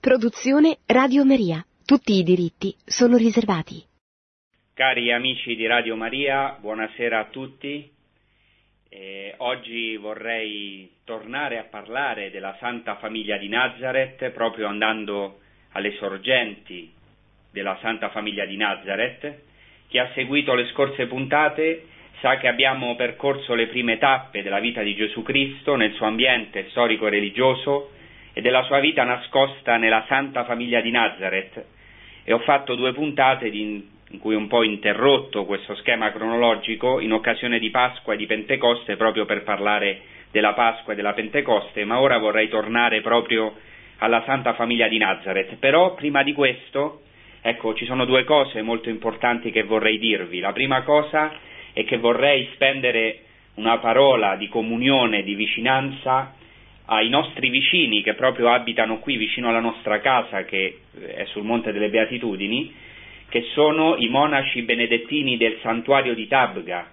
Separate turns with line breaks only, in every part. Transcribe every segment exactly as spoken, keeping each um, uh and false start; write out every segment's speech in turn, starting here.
Produzione Radio Maria. Tutti i diritti sono riservati.
Cari amici di Radio Maria, buonasera a tutti. Eh, oggi vorrei tornare a parlare della Santa Famiglia di Nazareth, proprio andando alle sorgenti della Santa Famiglia di Nazareth. Chi ha seguito le scorse puntate sa che abbiamo percorso le prime tappe della vita di Gesù Cristo nel suo ambiente storico e religioso e della sua vita nascosta nella Santa Famiglia di Nazareth, e ho fatto due puntate di, in cui ho un po' interrotto questo schema cronologico in occasione di Pasqua e di Pentecoste, proprio per parlare della Pasqua e della Pentecoste, ma ora vorrei tornare proprio alla Santa Famiglia di Nazareth. Però prima di questo, ecco, ci sono due cose molto importanti che vorrei dirvi. La prima cosa è che vorrei spendere una parola di comunione, di vicinanza ai nostri vicini che proprio abitano qui vicino alla nostra casa, che è sul Monte delle Beatitudini, che sono i monaci benedettini del santuario di Tabga,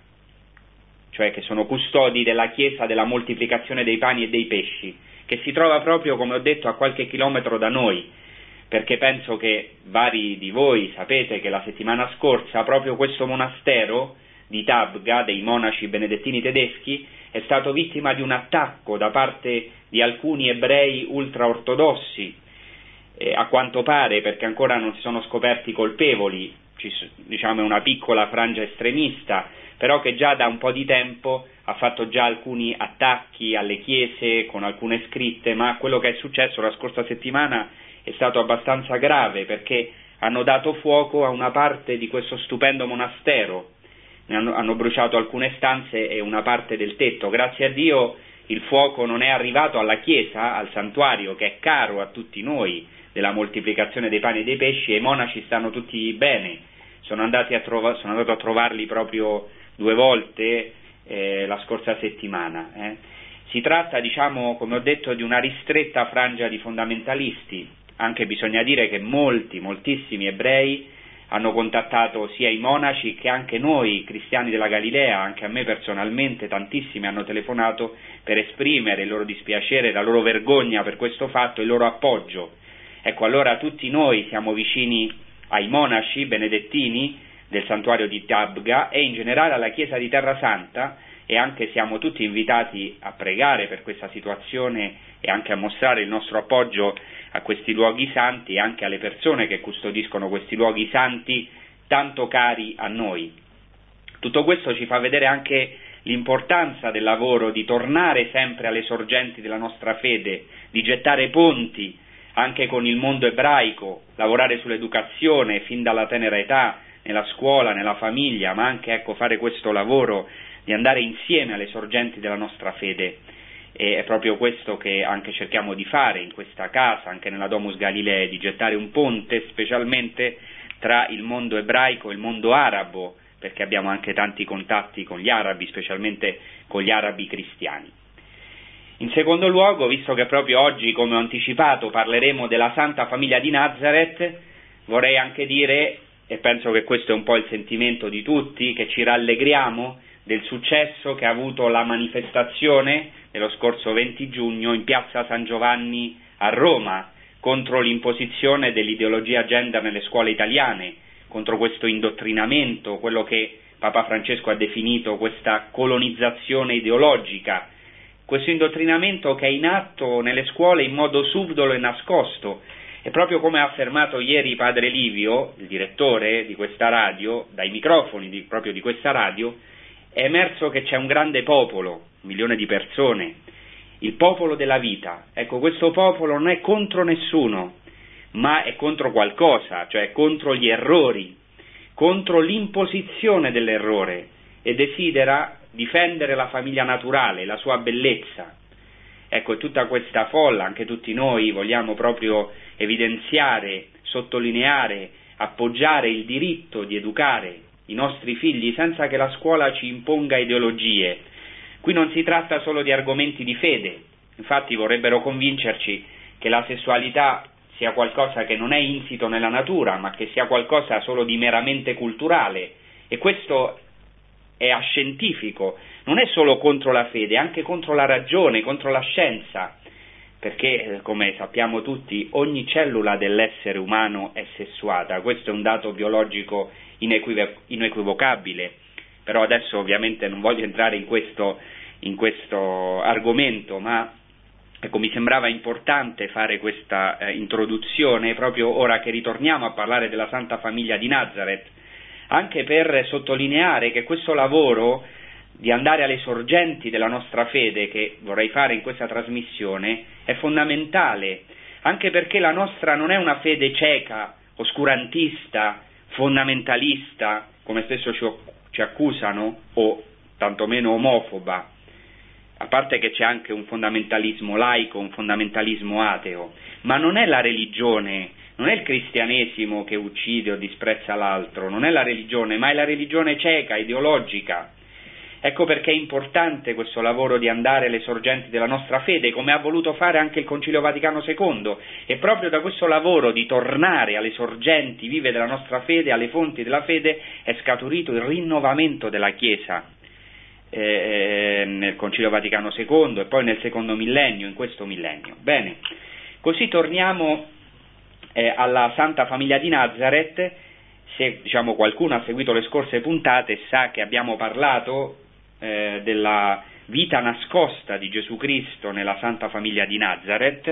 cioè che sono custodi della chiesa della moltiplicazione dei pani e dei pesci, che si trova proprio, come ho detto, a qualche chilometro da noi, perché penso che vari di voi sapete che la settimana scorsa proprio questo monastero di Tabga, dei monaci benedettini tedeschi, è stato vittima di un attacco da parte di alcuni ebrei ultraortodossi, eh, a quanto pare, perché ancora non si sono scoperti colpevoli, ci, diciamo è una piccola frangia estremista, però che già da un po' di tempo ha fatto già alcuni attacchi alle chiese con alcune scritte, ma quello che è successo la scorsa settimana è stato abbastanza grave, perché hanno dato fuoco a una parte di questo stupendo monastero. Hanno, hanno bruciato alcune stanze e una parte del tetto. Grazie a Dio il fuoco non è arrivato alla chiesa, al santuario, che è caro a tutti noi, della moltiplicazione dei pani e dei pesci, e i monaci stanno tutti bene. Sono, andati a trova, sono andato a trovarli proprio due volte eh, la scorsa settimana. Eh. Si tratta, diciamo, come ho detto, di una ristretta frangia di fondamentalisti. Anche bisogna dire che molti, moltissimi ebrei hanno contattato sia i monaci che anche noi cristiani della Galilea, anche a me personalmente tantissimi hanno telefonato per esprimere il loro dispiacere, la loro vergogna per questo fatto e il loro appoggio. Ecco, allora tutti noi siamo vicini ai monaci benedettini del santuario di Tabga e in generale alla Chiesa di Terra Santa, e anche siamo tutti invitati a pregare per questa situazione e anche a mostrare il nostro appoggio a questi luoghi santi e anche alle persone che custodiscono questi luoghi santi tanto cari a noi. Tutto questo ci fa vedere anche l'importanza del lavoro di tornare sempre alle sorgenti della nostra fede, di gettare ponti anche con il mondo ebraico, lavorare sull'educazione fin dalla tenera età, nella scuola, nella famiglia, ma anche ecco fare questo lavoro di andare insieme alle sorgenti della nostra fede. E è proprio questo che anche cerchiamo di fare in questa casa, anche nella Domus Galilee, di gettare un ponte specialmente tra il mondo ebraico e il mondo arabo, perché abbiamo anche tanti contatti con gli arabi, specialmente con gli arabi cristiani. In secondo luogo, visto che proprio oggi, come ho anticipato, parleremo della Santa Famiglia di Nazareth, vorrei anche dire, e penso che questo è un po' il sentimento di tutti, che ci rallegriamo del successo che ha avuto la manifestazione dello scorso venti giugno in piazza San Giovanni a Roma contro l'imposizione dell'ideologia gender nelle scuole italiane, contro questo indottrinamento, quello che Papa Francesco ha definito questa colonizzazione ideologica, questo indottrinamento che è in atto nelle scuole in modo subdolo e nascosto. E proprio come ha affermato ieri padre Livio, il direttore di questa radio, dai microfoni di, proprio di questa radio, è emerso che c'è un grande popolo, un milione di persone, il popolo della vita. Ecco, questo popolo non è contro nessuno, ma è contro qualcosa, cioè contro gli errori, contro l'imposizione dell'errore, e desidera difendere la famiglia naturale, la sua bellezza. Ecco, tutta questa folla, anche tutti noi, vogliamo proprio evidenziare, sottolineare, appoggiare il diritto di educare i nostri figli senza che la scuola ci imponga ideologie. Qui non si tratta solo di argomenti di fede, infatti vorrebbero convincerci che la sessualità sia qualcosa che non è insito nella natura, ma che sia qualcosa solo di meramente culturale, e questo è ascientifico, non è solo contro la fede, è anche contro la ragione, contro la scienza. perché come sappiamo tutti ogni cellula dell'essere umano è sessuata, questo è un dato biologico inequiv- inequivocabile, però adesso ovviamente non voglio entrare in questo, in questo argomento, ma ecco, mi sembrava importante fare questa eh, introduzione proprio ora che ritorniamo a parlare della Santa Famiglia di Nazareth, anche per sottolineare che questo lavoro di andare alle sorgenti della nostra fede, che vorrei fare in questa trasmissione, è fondamentale, anche perché la nostra non è una fede cieca, oscurantista, fondamentalista, come spesso ci, ci accusano, o tantomeno omofoba, a parte che c'è anche un fondamentalismo laico, un fondamentalismo ateo, ma non è la religione, non è il cristianesimo che uccide o disprezza l'altro, non è la religione, ma è la religione cieca, ideologica. Ecco perché è importante questo lavoro di andare alle sorgenti della nostra fede, come ha voluto fare anche il Concilio Vaticano secondo, e proprio da questo lavoro di tornare alle sorgenti vive della nostra fede, alle fonti della fede, è scaturito il rinnovamento della Chiesa eh, nel Concilio Vaticano secondo e poi nel secondo millennio, in questo millennio. Bene, così torniamo eh, alla Santa Famiglia di Nazareth. Se diciamo, qualcuno ha seguito le scorse puntate sa che abbiamo parlato eh, della vita nascosta di Gesù Cristo nella Santa Famiglia di Nazareth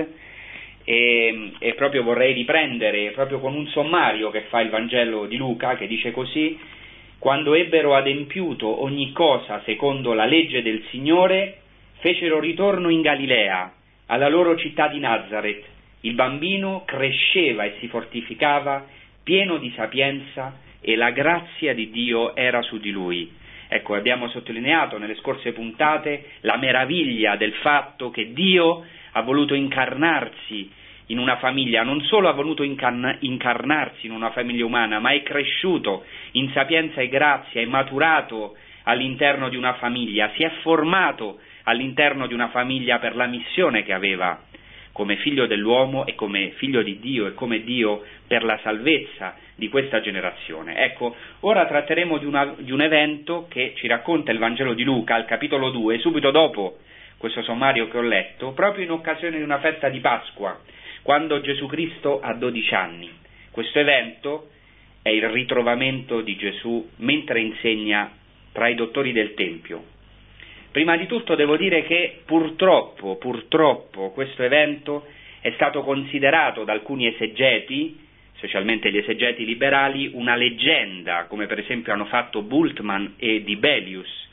e, e proprio vorrei riprendere proprio con un sommario che fa il Vangelo di Luca, che dice così: quando ebbero adempiuto ogni cosa secondo la legge del Signore, fecero ritorno in Galilea, alla loro città di Nazareth. Il bambino cresceva e si fortificava, pieno di sapienza, e la grazia di Dio era su di lui. Ecco, abbiamo sottolineato nelle scorse puntate la meraviglia del fatto che Dio ha voluto incarnarsi in una famiglia, non solo ha voluto incarna- incarnarsi in una famiglia umana, ma è cresciuto in sapienza e grazia, è maturato all'interno di una famiglia, si è formato all'interno di una famiglia per la missione che aveva come figlio dell'uomo e come figlio di Dio e come Dio per la salvezza di questa generazione. Ecco, ora tratteremo di, una, di un evento che ci racconta il Vangelo di Luca, al capitolo due, subito dopo questo sommario che ho letto, proprio in occasione di una festa di Pasqua, quando Gesù Cristo ha dodici anni. Questo evento è il ritrovamento di Gesù mentre insegna tra i dottori del Tempio. Prima di tutto devo dire che purtroppo, purtroppo questo evento è stato considerato da alcuni esegeti, specialmente gli esegeti liberali, una leggenda, come per esempio hanno fatto Bultmann e Dibelius.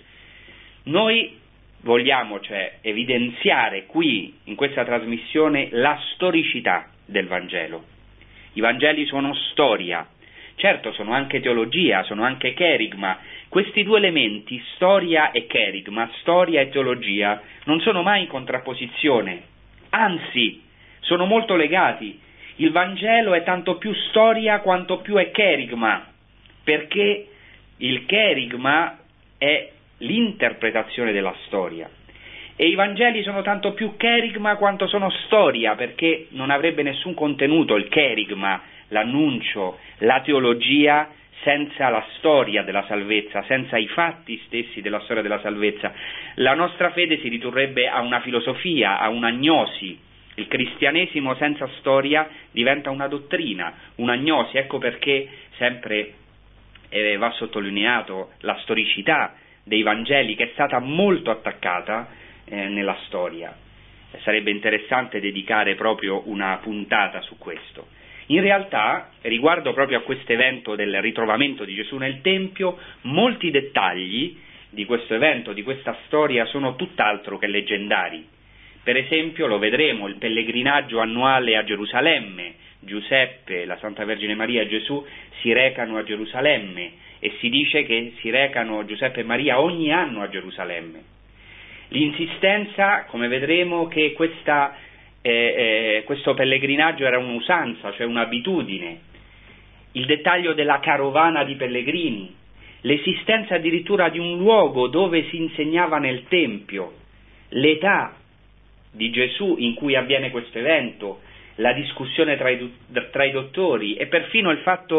Noi vogliamo cioè evidenziare qui, in questa trasmissione, la storicità del Vangelo. I Vangeli sono storia, certo sono anche teologia, sono anche cherigma. Questi due elementi, storia e cherigma, storia e teologia, non sono mai in contrapposizione, anzi, sono molto legati. Il Vangelo è tanto più storia quanto più è cherigma, perché il cherigma è l'interpretazione della storia. E i Vangeli sono tanto più cherigma quanto sono storia, perché non avrebbe nessun contenuto il cherigma, l'annuncio, la teologia, senza la storia della salvezza, senza i fatti stessi della storia della salvezza. La nostra fede si ridurrebbe a una filosofia, a un'agnosi. Il cristianesimo senza storia diventa una dottrina, un'agnosi. Ecco perché sempre eh, va sottolineato la storicità dei Vangeli, che è stata molto attaccata eh, nella storia. Sarebbe interessante dedicare proprio una puntata su questo. In realtà, riguardo proprio a questo evento del ritrovamento di Gesù nel Tempio, molti dettagli di questo evento, di questa storia, sono tutt'altro che leggendari. Per esempio, lo vedremo, il pellegrinaggio annuale a Gerusalemme. Giuseppe, la Santa Vergine Maria e Gesù si recano a Gerusalemme e si dice che si recano Giuseppe e Maria ogni anno a Gerusalemme. L'insistenza, come vedremo, che questa Eh, eh, questo pellegrinaggio era un'usanza, cioè un'abitudine, il dettaglio della carovana di pellegrini, l'esistenza addirittura di un luogo dove si insegnava nel Tempio, l'età di Gesù in cui avviene questo evento, la discussione tra i, tra i dottori e perfino il fatto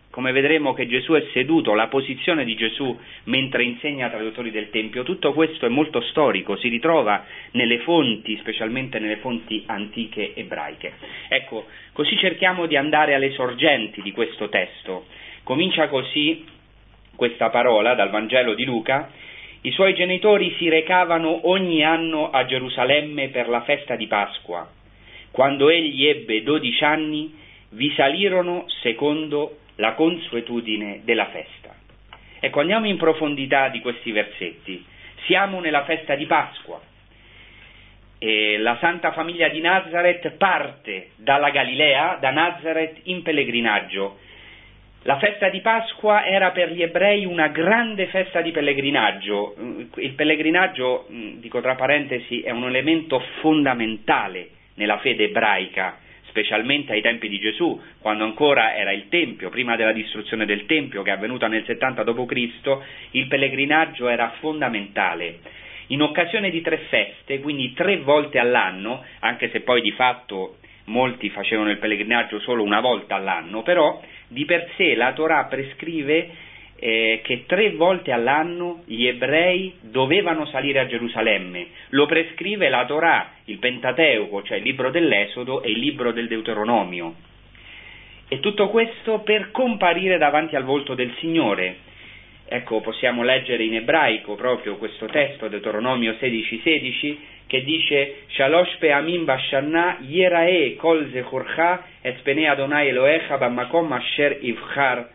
come vedremo che Gesù è seduto, la posizione di Gesù mentre insegna tra i dottori del Tempio, tutto questo è molto storico, si ritrova nelle fonti, specialmente nelle fonti antiche ebraiche. Ecco, così cerchiamo di andare alle sorgenti di questo testo. Comincia così questa parola dal Vangelo di Luca: i suoi genitori si recavano ogni anno a Gerusalemme per la festa di Pasqua. Quando egli ebbe dodici anni, vi salirono secondo la consuetudine della festa. Ecco, andiamo in profondità di questi versetti. Siamo nella festa di Pasqua e la Santa Famiglia di Nazaret parte dalla Galilea, da Nazaret, in pellegrinaggio. La festa di Pasqua era per gli ebrei una grande festa di pellegrinaggio. Il pellegrinaggio, dico tra parentesi, è un elemento fondamentale nella fede ebraica, specialmente ai tempi di Gesù, quando ancora era il Tempio, prima della distruzione del Tempio, che è avvenuta nel settanta dopo Cristo, il pellegrinaggio era fondamentale. In occasione di tre feste, quindi tre volte all'anno, anche se poi di fatto molti facevano il pellegrinaggio solo una volta all'anno, però di per sé la Torah prescrive eh, che tre volte all'anno gli ebrei dovevano salire a Gerusalemme. Lo prescrive la Torah, il Pentateuco, cioè il libro dell'Esodo e il libro del Deuteronomio. E tutto questo per comparire davanti al volto del Signore. Ecco, possiamo leggere in ebraico proprio questo testo, Deuteronomio sedici sedici, che dice: Shalosh pe'amim bashanna yerae kol zechorcha et pene Adonai Elohecha b'makom asher ivchar.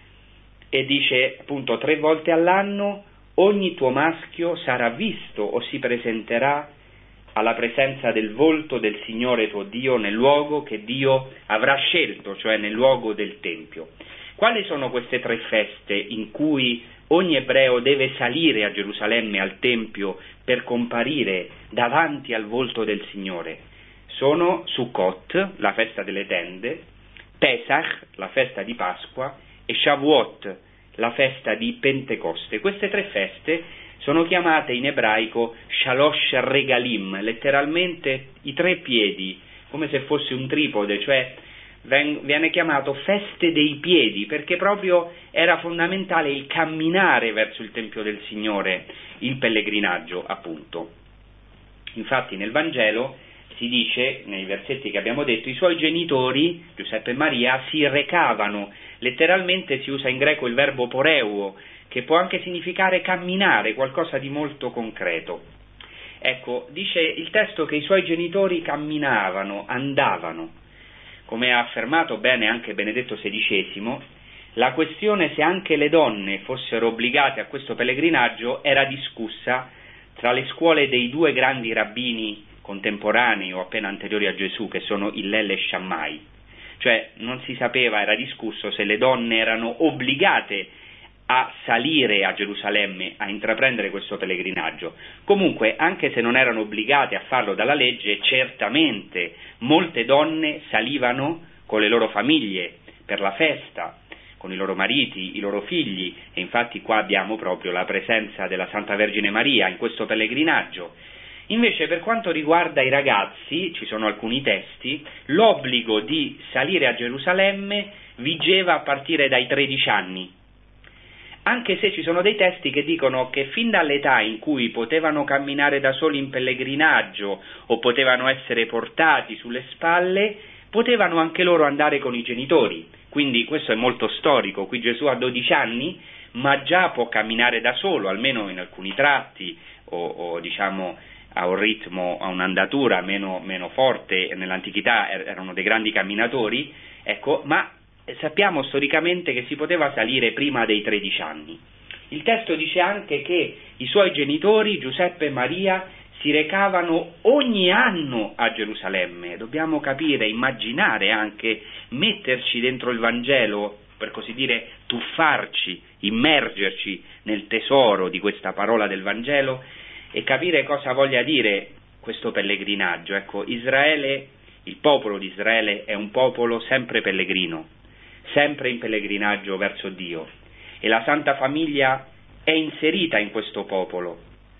E dice appunto tre volte all'anno ogni tuo maschio sarà visto o si presenterà alla presenza del volto del Signore tuo Dio nel luogo che Dio avrà scelto, cioè nel luogo del Tempio. Quali sono queste tre feste in cui ogni ebreo deve salire a Gerusalemme, al Tempio, per comparire davanti al volto del Signore? Sono Sukkot, la festa delle tende, Pesach, la festa di Pasqua, e Shavuot, la festa di Pentecoste. Queste tre feste sono chiamate in ebraico Shalosh Regalim, letteralmente i tre piedi, come se fosse un tripode, cioè viene chiamato feste dei piedi, perché proprio era fondamentale il camminare verso il Tempio del Signore, il pellegrinaggio appunto. Infatti nel Vangelo si dice, nei versetti che abbiamo detto, i suoi genitori, Giuseppe e Maria, si recavano. Letteralmente si usa in greco il verbo poreuo, che può anche significare camminare, qualcosa di molto concreto. Ecco, dice il testo che i suoi genitori camminavano, andavano. Come ha affermato bene anche Benedetto sedicesimo, la questione se anche le donne fossero obbligate a questo pellegrinaggio era discussa tra le scuole dei due grandi rabbini contemporanei o appena anteriori a Gesù, che sono Hillel e Shammai. Cioè non si sapeva, era discusso se le donne erano obbligate a salire a Gerusalemme, a intraprendere questo pellegrinaggio. Comunque, anche se non erano obbligate a farlo dalla legge, certamente molte donne salivano con le loro famiglie per la festa, con i loro mariti, i loro figli, e infatti qua abbiamo proprio la presenza della Santa Vergine Maria in questo pellegrinaggio. Invece per quanto riguarda i ragazzi, ci sono alcuni testi, l'obbligo di salire a Gerusalemme vigeva a partire dai tredici anni, anche se ci sono dei testi che dicono che fin dall'età in cui potevano camminare da soli in pellegrinaggio o potevano essere portati sulle spalle, potevano anche loro andare con i genitori. Quindi questo è molto storico, qui Gesù ha dodici anni, ma già può camminare da solo, almeno in alcuni tratti, o, o diciamo a un ritmo, a un'andatura meno, meno forte. Nell'antichità erano dei grandi camminatori, ecco, ma sappiamo storicamente che si poteva salire prima dei tredici anni. Il testo dice anche che i suoi genitori, Giuseppe e Maria, si recavano ogni anno a Gerusalemme. Dobbiamo capire, immaginare anche, metterci dentro il Vangelo, per così dire, tuffarci, immergerci nel tesoro di questa parola del Vangelo e capire cosa voglia dire questo pellegrinaggio. Ecco, Israele, il popolo di Israele è un popolo sempre pellegrino, sempre in pellegrinaggio verso Dio, e la Santa Famiglia è inserita in questo popolo.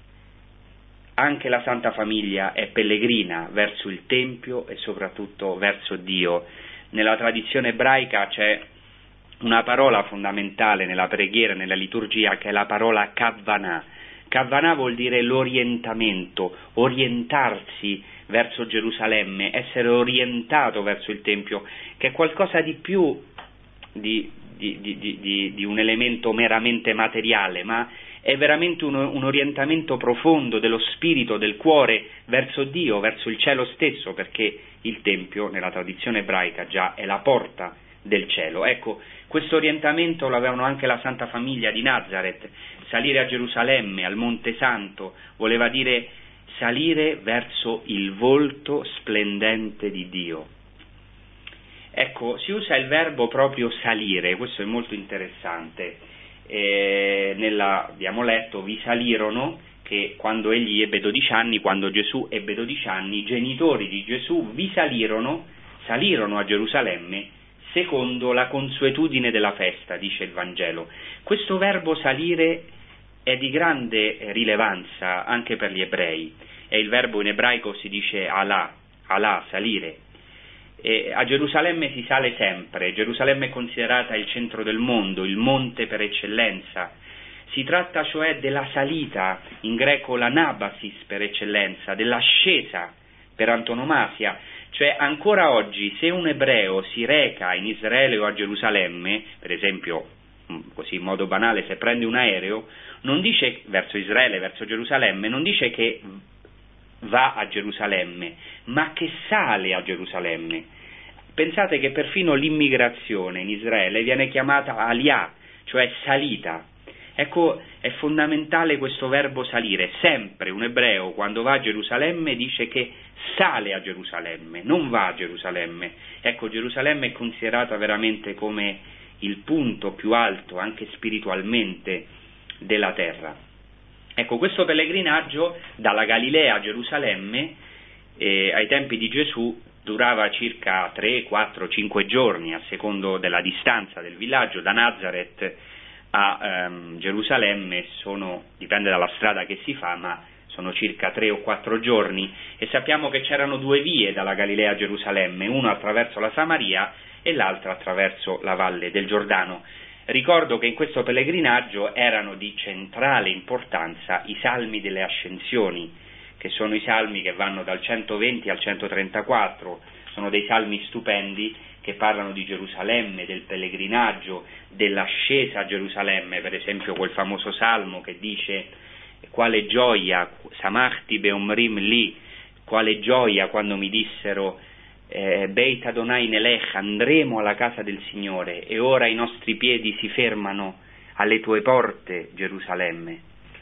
Anche la Santa Famiglia è pellegrina verso il Tempio e soprattutto verso Dio. Nella tradizione ebraica c'è una parola fondamentale nella preghiera, nella liturgia, che è la parola kavvanah. Kavvanah vuol dire l'orientamento, orientarsi verso Gerusalemme, essere orientato verso il Tempio, che è qualcosa di più di, di, di, di, di un elemento meramente materiale, ma è veramente un, un orientamento profondo dello spirito, del cuore verso Dio, verso il cielo stesso, perché il Tempio, nella tradizione ebraica, già è la porta del cielo. Ecco, questo orientamento lo avevano anche la Santa Famiglia di Nazareth. Salire a Gerusalemme, al Monte Santo, voleva dire salire verso il volto splendente di Dio. Ecco, si usa il verbo proprio salire, questo è molto interessante. Eh, nella, abbiamo letto, vi salirono, che quando egli ebbe dodici anni, quando Gesù ebbe dodici anni, i genitori di Gesù vi salirono, salirono a Gerusalemme, secondo la consuetudine della festa, dice il Vangelo. Questo verbo salire è di grande rilevanza anche per gli ebrei, e il verbo in ebraico si dice alà, alà, salire. E a Gerusalemme si sale sempre, Gerusalemme è considerata il centro del mondo, il monte per eccellenza. Si tratta cioè della salita, in greco l'anabasis per eccellenza, dell'ascesa per antonomasia. Cioè ancora oggi, se un ebreo si reca in Israele o a Gerusalemme, per esempio, così in modo banale, se prende un aereo, non dice verso Israele, verso Gerusalemme, non dice che va a Gerusalemme, ma che sale a Gerusalemme. Pensate che perfino l'immigrazione in Israele viene chiamata aliyah, cioè salita. Ecco, è fondamentale questo verbo salire. Sempre un ebreo quando va a Gerusalemme dice che sale a Gerusalemme, non va a Gerusalemme. Ecco, Gerusalemme è considerata veramente come il punto più alto, anche spiritualmente, della terra. Ecco, questo pellegrinaggio dalla Galilea a Gerusalemme, eh, ai tempi di Gesù, durava circa tre, quattro, cinque giorni, a secondo della distanza del villaggio. Da Nazareth a ehm, Gerusalemme sono, dipende dalla strada che si fa, ma sono circa tre o quattro giorni, e sappiamo che c'erano due vie dalla Galilea a Gerusalemme, una attraverso la Samaria e l'altra attraverso la valle del Giordano. Ricordo che in questo pellegrinaggio erano di centrale importanza i salmi delle ascensioni, che sono i salmi che vanno dal centoventi al centotrentaquattro, sono dei salmi stupendi che parlano di Gerusalemme, del pellegrinaggio, dell'ascesa a Gerusalemme, per esempio quel famoso salmo che dice: quale gioia, samachti beomrim li, quale gioia quando mi dissero eh, Beit Adonai Nelech, andremo alla casa del Signore, e ora i nostri piedi si fermano alle tue porte, Gerusalemme.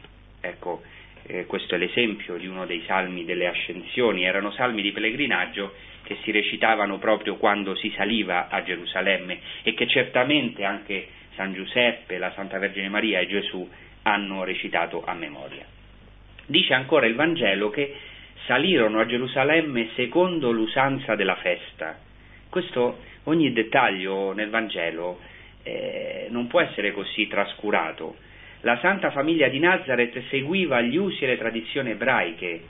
Ecco, eh, questo è l'esempio di uno dei salmi delle ascensioni. Erano salmi di pellegrinaggio che si recitavano proprio quando si saliva a Gerusalemme, e che certamente anche San Giuseppe, la Santa Vergine Maria e Gesù hanno recitato a memoria. Dice ancora il Vangelo che salirono a Gerusalemme secondo l'usanza della festa. Questo, ogni dettaglio nel Vangelo eh, non può essere così trascurato. La Santa Famiglia di Nazareth seguiva gli usi e le tradizioni ebraiche.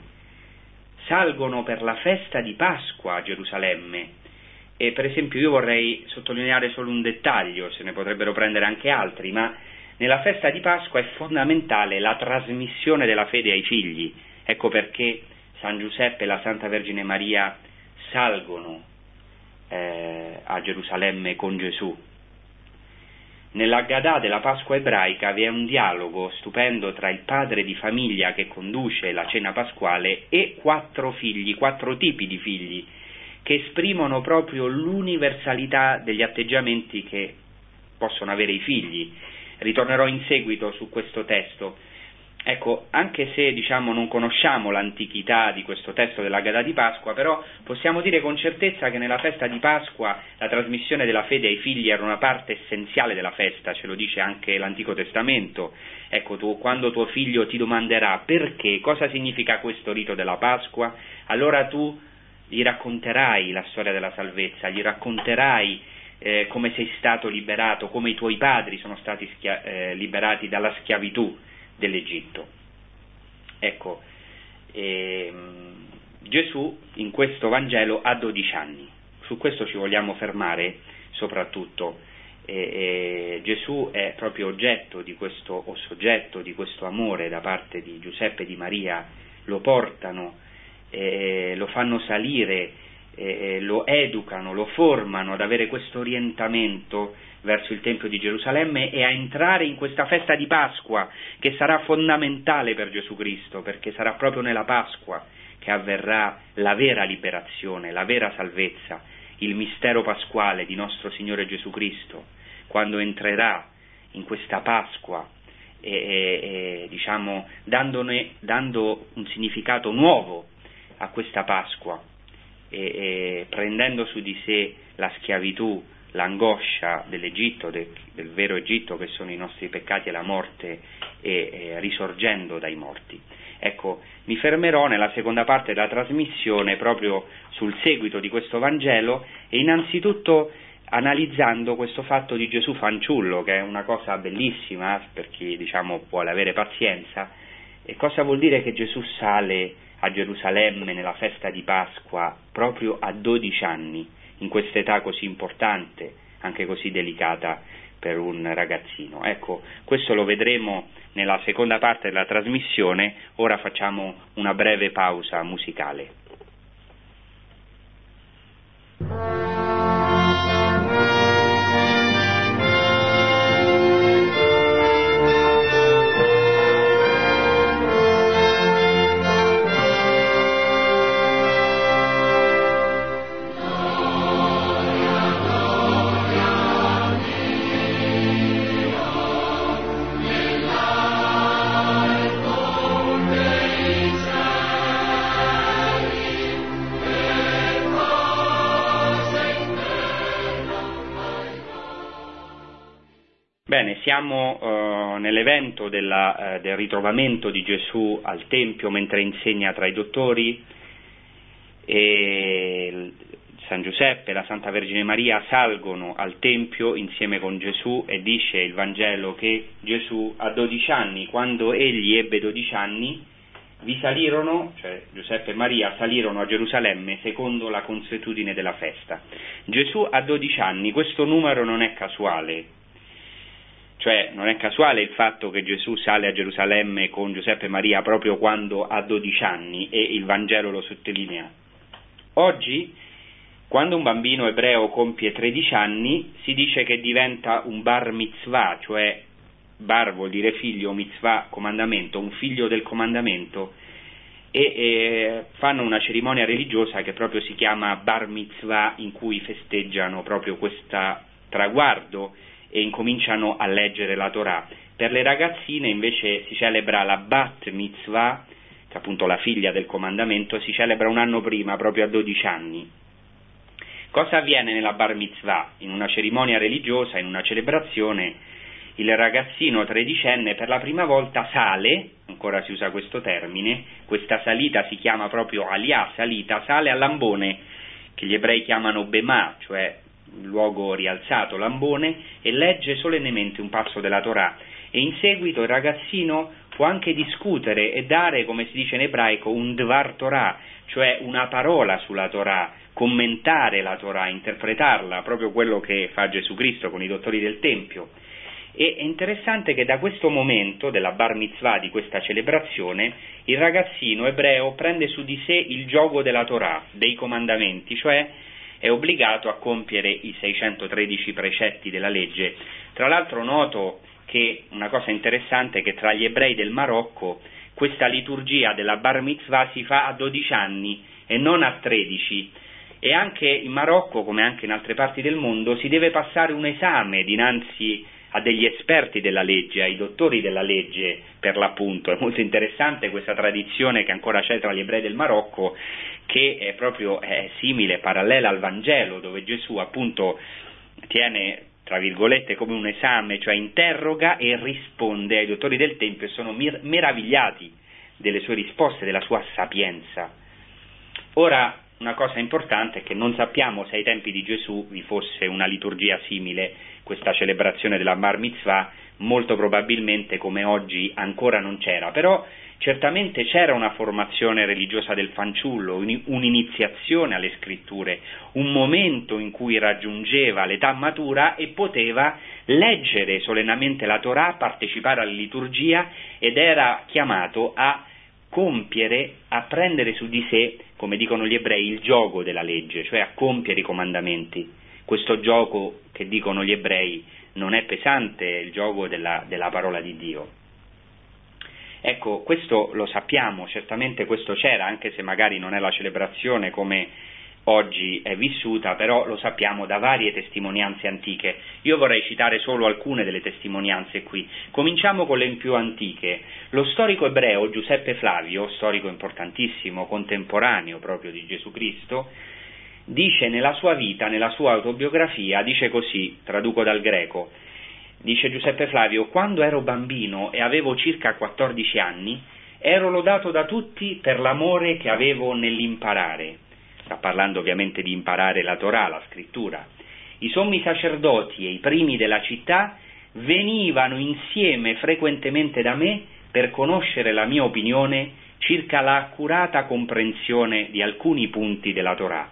Salgono per la festa di Pasqua a Gerusalemme, e per esempio io vorrei sottolineare solo un dettaglio, se ne potrebbero prendere anche altri, ma nella festa di Pasqua è fondamentale la trasmissione della fede ai figli. Ecco perché San Giuseppe e la Santa Vergine Maria salgono eh, a Gerusalemme con Gesù. Nell'Aggadà della Pasqua ebraica vi è un dialogo stupendo tra il padre di famiglia che conduce la cena pasquale e quattro figli, quattro tipi di figli, che esprimono proprio l'universalità degli atteggiamenti che possono avere i figli. Ritornerò in seguito su questo testo. Ecco, anche se diciamo non conosciamo l'antichità di questo testo dell'Aggadà di Pasqua, però possiamo dire con certezza che nella festa di Pasqua la trasmissione della fede ai figli era una parte essenziale della festa, ce lo dice anche l'Antico Testamento. Ecco, tu, quando tuo figlio ti domanderà perché, cosa significa questo rito della Pasqua, allora tu gli racconterai la storia della salvezza, gli racconterai eh, come sei stato liberato, come i tuoi padri sono stati schia- eh, liberati dalla schiavitù dell'Egitto. Ecco, ehm, Gesù in questo Vangelo ha dodici anni, su questo ci vogliamo fermare soprattutto, E, e Gesù è proprio oggetto di questo, o soggetto di questo amore da parte di Giuseppe e di Maria, lo portano, e lo fanno salire, e lo educano, lo formano ad avere questo orientamento verso il Tempio di Gerusalemme e a entrare in questa festa di Pasqua, che sarà fondamentale per Gesù Cristo, perché sarà proprio nella Pasqua che avverrà la vera liberazione, la vera salvezza, il mistero pasquale di nostro Signore Gesù Cristo, quando entrerà in questa Pasqua e, e, e diciamo dandone, dando un significato nuovo a questa Pasqua e, e prendendo su di sé la schiavitù, l'angoscia dell'Egitto, del, del vero Egitto che sono i nostri peccati e la morte, e, e risorgendo dai morti. Ecco, mi fermerò nella seconda parte della trasmissione proprio sul seguito di questo Vangelo e innanzitutto analizzando questo fatto di Gesù fanciullo, che è una cosa bellissima per chi, diciamo, vuole avere pazienza. E cosa vuol dire che Gesù sale a Gerusalemme nella festa di Pasqua proprio a dodici anni, in questa età così importante, anche così delicata per un ragazzino? Ecco, questo lo vedremo nella seconda parte della trasmissione. Ora facciamo una breve pausa musicale. Bene, siamo uh, nell'evento della, uh, del ritrovamento di Gesù al Tempio mentre insegna tra i dottori, e San Giuseppe e la Santa Vergine Maria salgono al Tempio insieme con Gesù, e dice il Vangelo che Gesù a dodici anni, quando egli ebbe dodici anni, vi salirono, cioè Giuseppe e Maria salirono a Gerusalemme secondo la consuetudine della festa. Gesù a dodici anni, questo numero non è casuale. Cioè non è casuale il fatto che Gesù sale a Gerusalemme con Giuseppe e Maria proprio quando ha dodici anni, e il Vangelo lo sottolinea. Oggi, quando un bambino ebreo compie tredici anni, si dice che diventa un bar mitzvah, cioè bar vuol dire figlio, mitzvah comandamento, un figlio del comandamento, e, e fanno una cerimonia religiosa che proprio si chiama bar mitzvah, in cui festeggiano proprio questo traguardo e incominciano a leggere la Torah. Per le ragazzine invece si celebra la bat mitzvah, che è appunto la figlia del comandamento, si celebra un anno prima, proprio a dodici anni. Cosa avviene nella bar mitzvah? In una cerimonia religiosa, in una celebrazione, il ragazzino tredicenne per la prima volta sale, ancora si usa questo termine, questa salita si chiama proprio aliyah, salita, sale all'ambone, che gli ebrei chiamano bemà, cioè un luogo rialzato, l'ambone, e legge solennemente un passo della Torah, e in seguito il ragazzino può anche discutere e dare, come si dice in ebraico, un dvar Torah, cioè una parola sulla Torah, commentare la Torah, interpretarla, proprio quello che fa Gesù Cristo con i dottori del Tempio. E è interessante che da questo momento della bar mitzvah, di questa celebrazione, il ragazzino ebreo prende su di sé il giogo della Torah, dei comandamenti, cioè è obbligato a compiere i seicentotredici precetti della legge. Tra l'altro noto che una cosa interessante è che tra gli ebrei del Marocco questa liturgia della bar mitzvah si fa a dodici anni e non a tredici, e anche in Marocco, come anche in altre parti del mondo, si deve passare un esame dinanzi a degli esperti della legge, ai dottori della legge per l'appunto. È molto interessante questa tradizione che ancora c'è tra gli ebrei del Marocco, che è proprio è simile, parallela al Vangelo, dove Gesù appunto tiene, tra virgolette, come un esame, cioè interroga e risponde ai dottori del Tempio, e sono mir- meravigliati delle sue risposte, della sua sapienza. Ora, una cosa importante è che non sappiamo se ai tempi di Gesù vi fosse una liturgia simile, questa celebrazione della Bar Mitzvah, molto probabilmente come oggi ancora non c'era, però Certamente c'era una formazione religiosa del fanciullo, un'iniziazione alle scritture, un momento in cui raggiungeva l'età matura e poteva leggere solennemente la Torah, partecipare alla liturgia ed era chiamato a compiere, a prendere su di sé, come dicono gli ebrei, il giogo della legge, cioè a compiere i comandamenti. Questo gioco, che dicono gli ebrei, non è pesante, è il gioco della, della parola di Dio. Ecco, questo lo sappiamo, certamente questo c'era, anche se magari non è la celebrazione come oggi è vissuta, però lo sappiamo da varie testimonianze antiche. Io vorrei citare solo alcune delle testimonianze qui. Cominciamo con le più antiche. Lo storico ebreo Giuseppe Flavio, storico importantissimo, contemporaneo proprio di Gesù Cristo, dice nella sua vita, nella sua autobiografia, dice così, traduco dal greco, dice Giuseppe Flavio: quando ero bambino e avevo circa quattordici anni, ero lodato da tutti per l'amore che avevo nell'imparare. Sta parlando ovviamente di imparare la Torah, la scrittura. I sommi sacerdoti e i primi della città venivano insieme frequentemente da me per conoscere la mia opinione circa l'accurata comprensione di alcuni punti della Torah.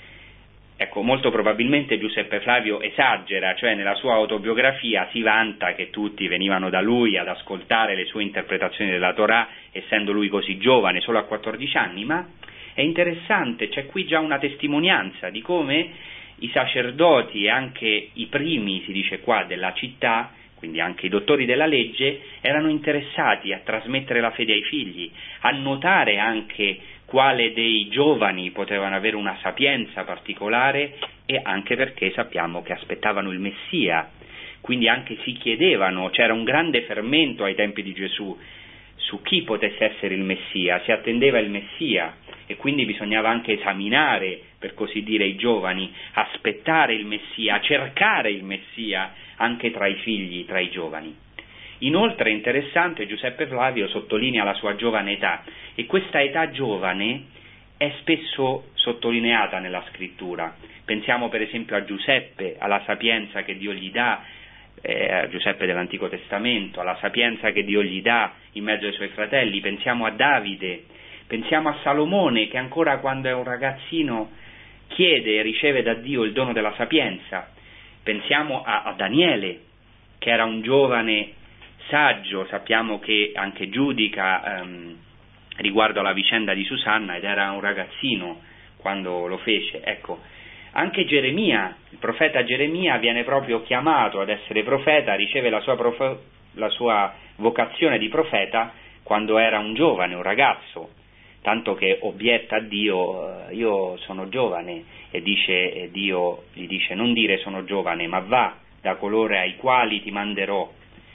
Ecco, molto probabilmente Giuseppe Flavio esagera, cioè nella sua autobiografia si vanta che tutti venivano da lui ad ascoltare le sue interpretazioni della Torah, essendo lui così giovane, solo a quattordici anni, ma è interessante, c'è qui già una testimonianza di come i sacerdoti e anche i primi, si dice qua, della città, quindi anche i dottori della legge, erano interessati a trasmettere la fede ai figli, a notare anche quale dei giovani potevano avere una sapienza particolare, e anche perché sappiamo che aspettavano il Messia, quindi anche si chiedevano, c'era un grande fermento ai tempi di Gesù su chi potesse essere il Messia, si attendeva il Messia e quindi bisognava anche esaminare, per così dire, i giovani, aspettare il Messia, cercare il Messia anche tra i figli, tra i giovani. Inoltre è interessante, Giuseppe Flavio sottolinea la sua giovane età, e questa età giovane è spesso sottolineata nella scrittura. Pensiamo per esempio a Giuseppe, alla sapienza che Dio gli dà, eh, a Giuseppe dell'Antico Testamento, alla sapienza che Dio gli dà in mezzo ai suoi fratelli. Pensiamo a Davide, pensiamo a Salomone, che ancora quando è un ragazzino chiede e riceve da Dio il dono della sapienza. Pensiamo a, a Daniele, che era un giovane saggio, sappiamo che anche giudica ehm, riguardo alla vicenda di Susanna, ed era un ragazzino quando lo fece. Ecco, anche Geremia, il profeta Geremia, viene proprio chiamato ad essere profeta, riceve la sua, profe- la sua vocazione di profeta quando era un giovane, un ragazzo, tanto che obietta a Dio: io sono giovane, e dice, e Dio gli dice: non dire sono giovane, ma va da coloro ai quali ti manderò.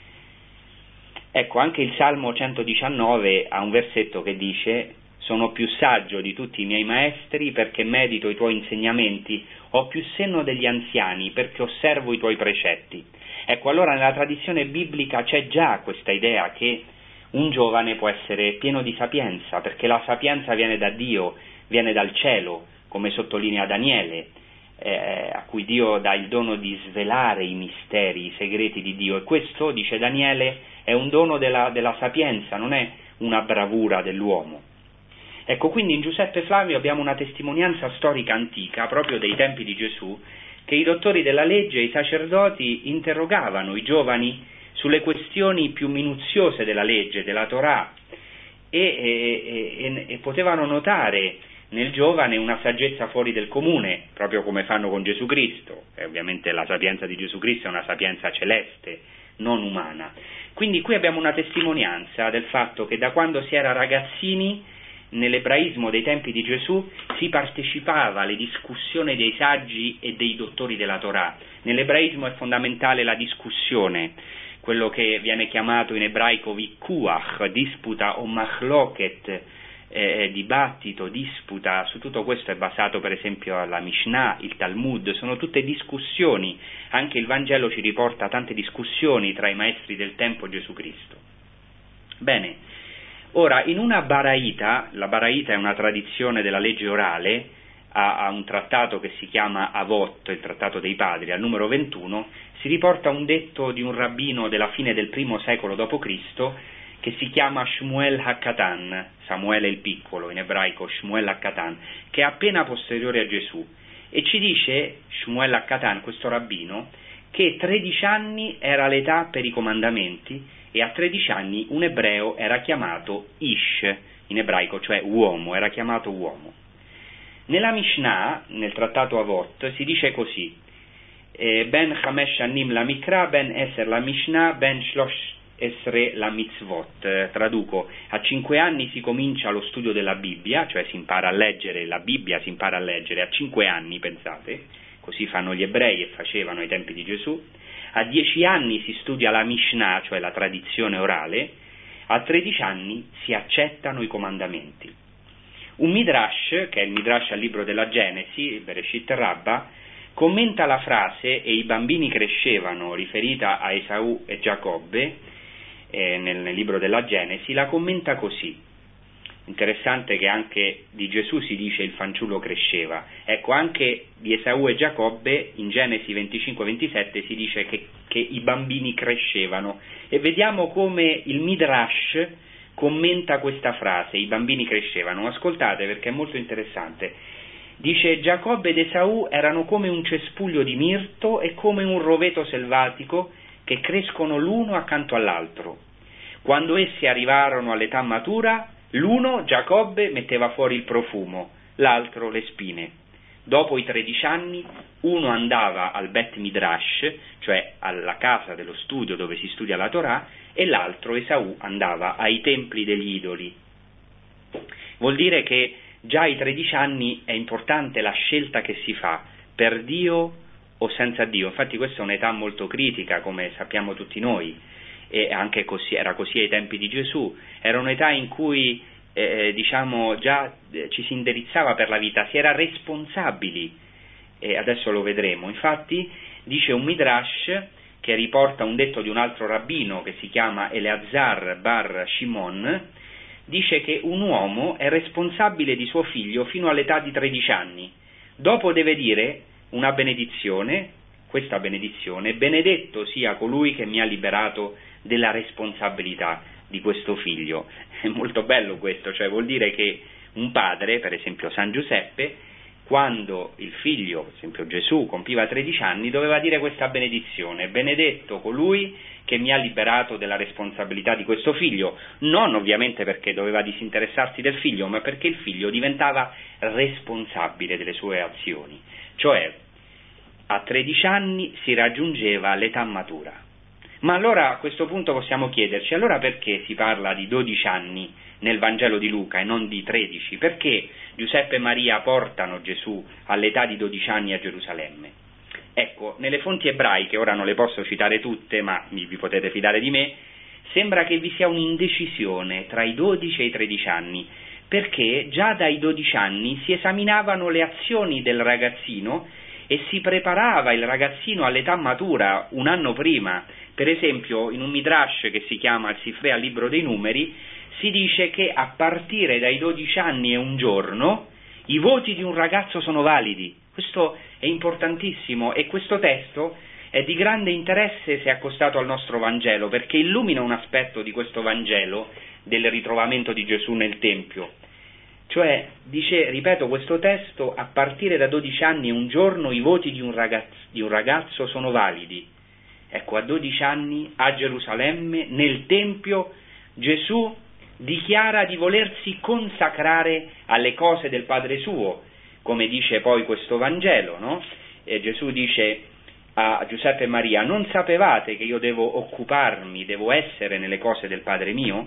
Ecco, anche il Salmo centodiciannove ha un versetto che dice: sono più saggio di tutti i miei maestri perché medito i tuoi insegnamenti, ho più senno degli anziani perché osservo i tuoi precetti. Ecco, allora nella tradizione biblica c'è già questa idea che un giovane può essere pieno di sapienza, perché la sapienza viene da Dio, viene dal cielo, come sottolinea Daniele, eh, a cui Dio dà il dono di svelare i misteri, i segreti di Dio, e questo, dice Daniele, è un dono della, della sapienza, non è una bravura dell'uomo. Ecco, quindi in Giuseppe Flavio abbiamo una testimonianza storica antica, proprio dei tempi di Gesù, che i dottori della legge e i sacerdoti interrogavano i giovani sulle questioni più minuziose della legge, della Torah, e, e, e, e potevano notare nel giovane una saggezza fuori del comune, proprio come fanno con Gesù Cristo. E ovviamente la sapienza di Gesù Cristo è una sapienza celeste, non umana. Quindi qui abbiamo una testimonianza del fatto che da quando si era ragazzini, nell'ebraismo dei tempi di Gesù, si partecipava alle discussioni dei saggi e dei dottori della Torah. Nell'ebraismo è fondamentale la discussione, quello che viene chiamato in ebraico vikkuach, disputa o machloket, eh, dibattito, disputa. Su tutto questo è basato per esempio la Mishnah, il Talmud, sono tutte discussioni. Anche il Vangelo ci riporta tante discussioni tra i maestri del tempo e Gesù Cristo. Bene, ora in una baraita, la baraita è una tradizione della legge orale, a, a un trattato che si chiama Avot, il trattato dei padri, al numero ventuno, si riporta un detto di un rabbino della fine del primo secolo dopo Cristo che si chiama Shmuel HaKatan, Samuele il piccolo, in ebraico Shmuel HaKatan, che è appena posteriore a Gesù. E ci dice Shmuel HaKatan, questo rabbino, che tredici anni era l'età per i comandamenti e a tredici anni un ebreo era chiamato Ish, in ebraico, cioè uomo, era chiamato uomo. Nella Mishnah, nel trattato Avot, si dice così: Ben Chamesh Shanim la Mikra, Ben Eser la Mishnah, Ben Shlosh Esre la Mitzvot. Traduco: a cinque anni si comincia lo studio della Bibbia, cioè si impara a leggere la Bibbia, si impara a leggere a cinque anni, pensate, così fanno gli ebrei e facevano ai tempi di Gesù. A dieci anni si studia la Mishnah, cioè la tradizione orale. A tredici anni si accettano i comandamenti. Un Midrash, che è il Midrash al libro della Genesi, il Bereshit Rabba, commenta la frase "e i bambini crescevano", riferita a Esaù e Giacobbe, eh, nel, nel libro della Genesi, la commenta così. Interessante che anche di Gesù si dice il fanciullo cresceva. Ecco, anche di Esaù e Giacobbe in Genesi venticinque ventisette si dice che, che i bambini crescevano. E vediamo come il Midrash commenta questa frase, i bambini crescevano. Ascoltate, perché è molto interessante. Dice: Giacobbe ed Esaù erano come un cespuglio di mirto e come un roveto selvatico che crescono l'uno accanto all'altro. Quando essi arrivarono all'età matura, l'uno, Giacobbe, metteva fuori il profumo, l'altro le spine. Dopo i tredici anni, uno andava al Bet Midrash, cioè alla casa dello studio dove si studia la Torah, e l'altro, Esaù, andava ai templi degli idoli. Vuol dire che già ai tredici anni è importante la scelta che si fa, per Dio o senza Dio. Infatti questa è un'età molto critica, come sappiamo tutti noi, e anche così, era così ai tempi di Gesù. Era un'età in cui eh, diciamo già eh, ci si indirizzava per la vita, si era responsabili, e adesso lo vedremo. Infatti dice un Midrash che riporta un detto di un altro rabbino che si chiama Eleazar bar Shimon, dice che un uomo è responsabile di suo figlio fino all'età di tredici anni, dopo deve dire una benedizione, questa benedizione: benedetto sia colui che mi ha liberato della responsabilità di questo figlio. È molto bello questo, cioè vuol dire che un padre, per esempio San Giuseppe, quando il figlio, per esempio Gesù, compiva tredici anni, doveva dire questa benedizione: benedetto colui che mi ha liberato della responsabilità di questo figlio, non ovviamente perché doveva disinteressarsi del figlio, ma perché il figlio diventava responsabile delle sue azioni. Cioè, a tredici anni si raggiungeva l'età matura. Ma allora a questo punto possiamo chiederci, allora perché si parla di dodici anni nel Vangelo di Luca e non di tredici? Perché Giuseppe e Maria portano Gesù all'età di dodici anni a Gerusalemme? Ecco, nelle fonti ebraiche, ora non le posso citare tutte, ma vi potete fidare di me, sembra che vi sia un'indecisione tra i dodici e i tredici anni, perché già dai dodici anni si esaminavano le azioni del ragazzino e si preparava il ragazzino all'età matura un anno prima. Per esempio, in un Midrash che si chiama il Sifrei al libro dei numeri, si dice che a partire dai dodici anni e un giorno i voti di un ragazzo sono validi. Questo è importantissimo e questo testo è di grande interesse se accostato al nostro Vangelo, perché illumina un aspetto di questo Vangelo del ritrovamento di Gesù nel Tempio. Cioè, dice, ripeto questo testo, a partire da dodici anni e un giorno i voti di un ragazzo, di un ragazzo sono validi. Ecco, a dodici anni a Gerusalemme, nel Tempio, Gesù dichiara di volersi consacrare alle cose del Padre suo, come dice poi questo Vangelo, no? E Gesù dice a Giuseppe e Maria: non sapevate che io devo occuparmi, devo essere nelle cose del Padre mio?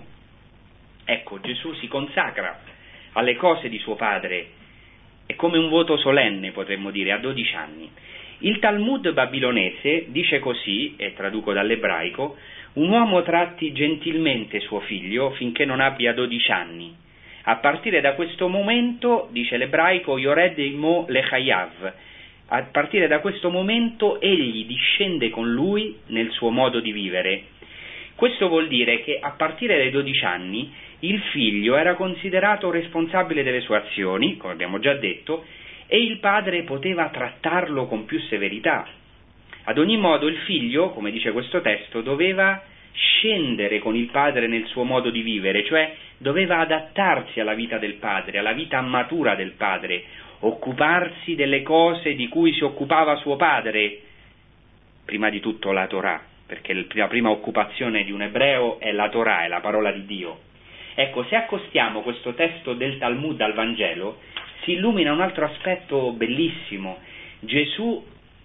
Ecco, Gesù si consacra alle cose di suo Padre, è come un voto solenne, potremmo dire, a dodici anni. Il Talmud babilonese dice così, e traduco dall'ebraico: un uomo tratti gentilmente suo figlio finché non abbia dodici anni. A partire da questo momento, dice l'ebraico, Yored imo lechayav, a partire da questo momento egli discende con lui nel suo modo di vivere. Questo vuol dire che a partire dai dodici anni il figlio era considerato responsabile delle sue azioni, come abbiamo già detto, e il padre poteva trattarlo con più severità. Ad ogni modo il figlio, come dice questo testo, doveva scendere con il Padre nel suo modo di vivere, cioè doveva adattarsi alla vita del Padre, alla vita matura del Padre, occuparsi delle cose di cui si occupava suo padre, prima di tutto la Torah, perché la prima occupazione di un ebreo è la Torah, è la parola di Dio. Ecco, se accostiamo questo testo del Talmud al Vangelo, si illumina un altro aspetto bellissimo. Gesù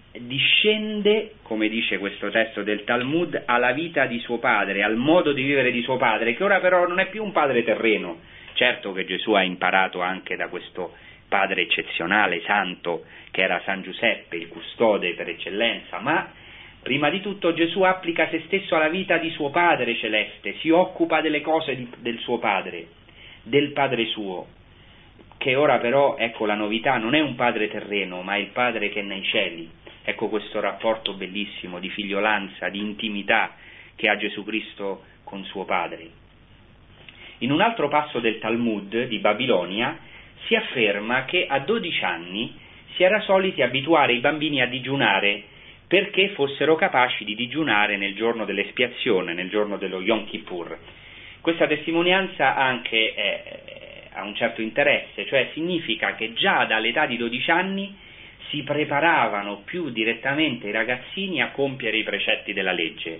discende, come dice questo testo del Talmud, alla vita di suo padre, al modo di vivere di suo padre, che ora però non è più un padre terreno. Certo che Gesù ha imparato anche da questo padre eccezionale, santo, che era San Giuseppe, il custode per eccellenza, ma prima di tutto Gesù applica se stesso alla vita di suo Padre celeste, si occupa delle cose di, del suo Padre, del Padre suo, che ora però, ecco la novità, non è un Padre terreno, ma è il Padre che è nei cieli. Ecco questo rapporto bellissimo di figliolanza, di intimità che ha Gesù Cristo con suo Padre. In un altro passo del Talmud di Babilonia si afferma che a dodici anni si era soliti abituare i bambini a digiunare perché fossero capaci di digiunare nel giorno dell'espiazione, nel giorno dello Yom Kippur. Questa testimonianza anche è, ha un certo interesse, cioè significa che già dall'età di dodici anni si preparavano più direttamente i ragazzini a compiere i precetti della legge.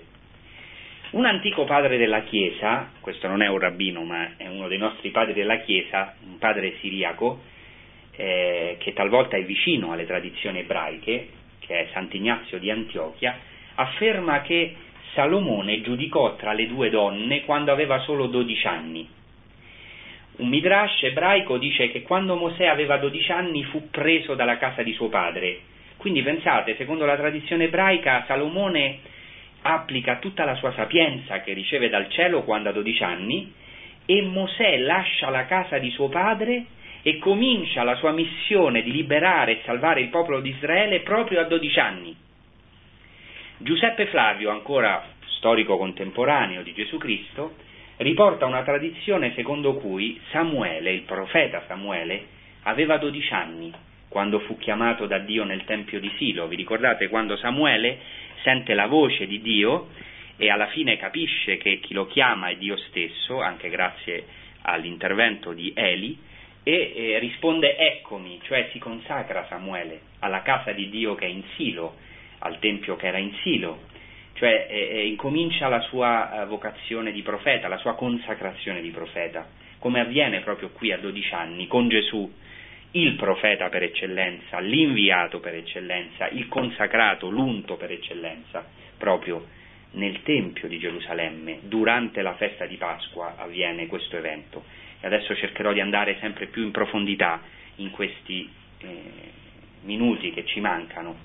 Un antico padre della Chiesa, questo non è un rabbino ma è uno dei nostri padri della Chiesa, un padre siriaco, eh, che talvolta è vicino alle tradizioni ebraiche, che è Sant'Ignazio di Antiochia, afferma che Salomone giudicò tra le due donne quando aveva solo dodici anni. Un midrash ebraico dice che quando Mosè aveva dodici anni fu preso dalla casa di suo padre. Quindi pensate, secondo la tradizione ebraica, Salomone applica tutta la sua sapienza che riceve dal cielo quando ha dodici anni, e Mosè lascia la casa di suo padre e comincia la sua missione di liberare e salvare il popolo di Israele proprio a dodici anni. Giuseppe Flavio, ancora storico contemporaneo di Gesù Cristo, riporta una tradizione secondo cui Samuele, il profeta Samuele, aveva dodici anni quando fu chiamato da Dio nel Tempio di Silo. Vi ricordate quando Samuele sente la voce di Dio e alla fine capisce che chi lo chiama è Dio stesso, anche grazie all'intervento di Eli, e eh, risponde eccomi, cioè si consacra Samuele alla casa di Dio che è in Silo, al Tempio che era in Silo, cioè eh, eh, incomincia la sua eh, vocazione di profeta, la sua consacrazione di profeta, come avviene proprio qui a dodici anni con Gesù, il profeta per eccellenza, l'inviato per eccellenza, il consacrato, l'unto per eccellenza, proprio nel Tempio di Gerusalemme, durante la festa di Pasqua avviene questo evento. E adesso cercherò di andare sempre più in profondità in questi eh, minuti che ci mancano.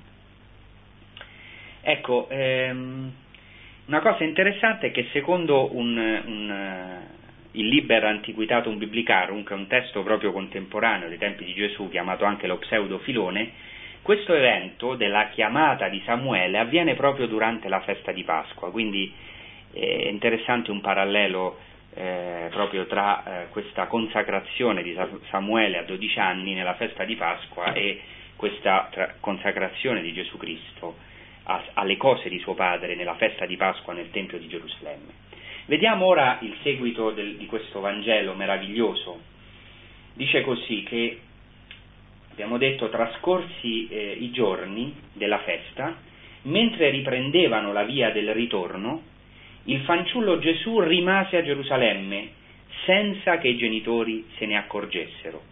Ecco, ehm, una cosa interessante è che secondo un, un, il Liber Antiquitatum Biblicarum, che è un testo proprio contemporaneo dei tempi di Gesù, chiamato anche lo Pseudofilone, questo evento della chiamata di Samuele avviene proprio durante la festa di Pasqua, quindi è interessante un parallelo eh, proprio tra eh, questa consacrazione di Samuele a dodici anni nella festa di Pasqua e questa tra- consacrazione di Gesù Cristo a, alle cose di suo padre nella festa di Pasqua nel Tempio di Gerusalemme. Vediamo ora il seguito del, di questo Vangelo meraviglioso. Dice così che, abbiamo detto, trascorsi eh, i giorni della festa, mentre riprendevano la via del ritorno, il fanciullo Gesù rimase a Gerusalemme senza che i genitori se ne accorgessero.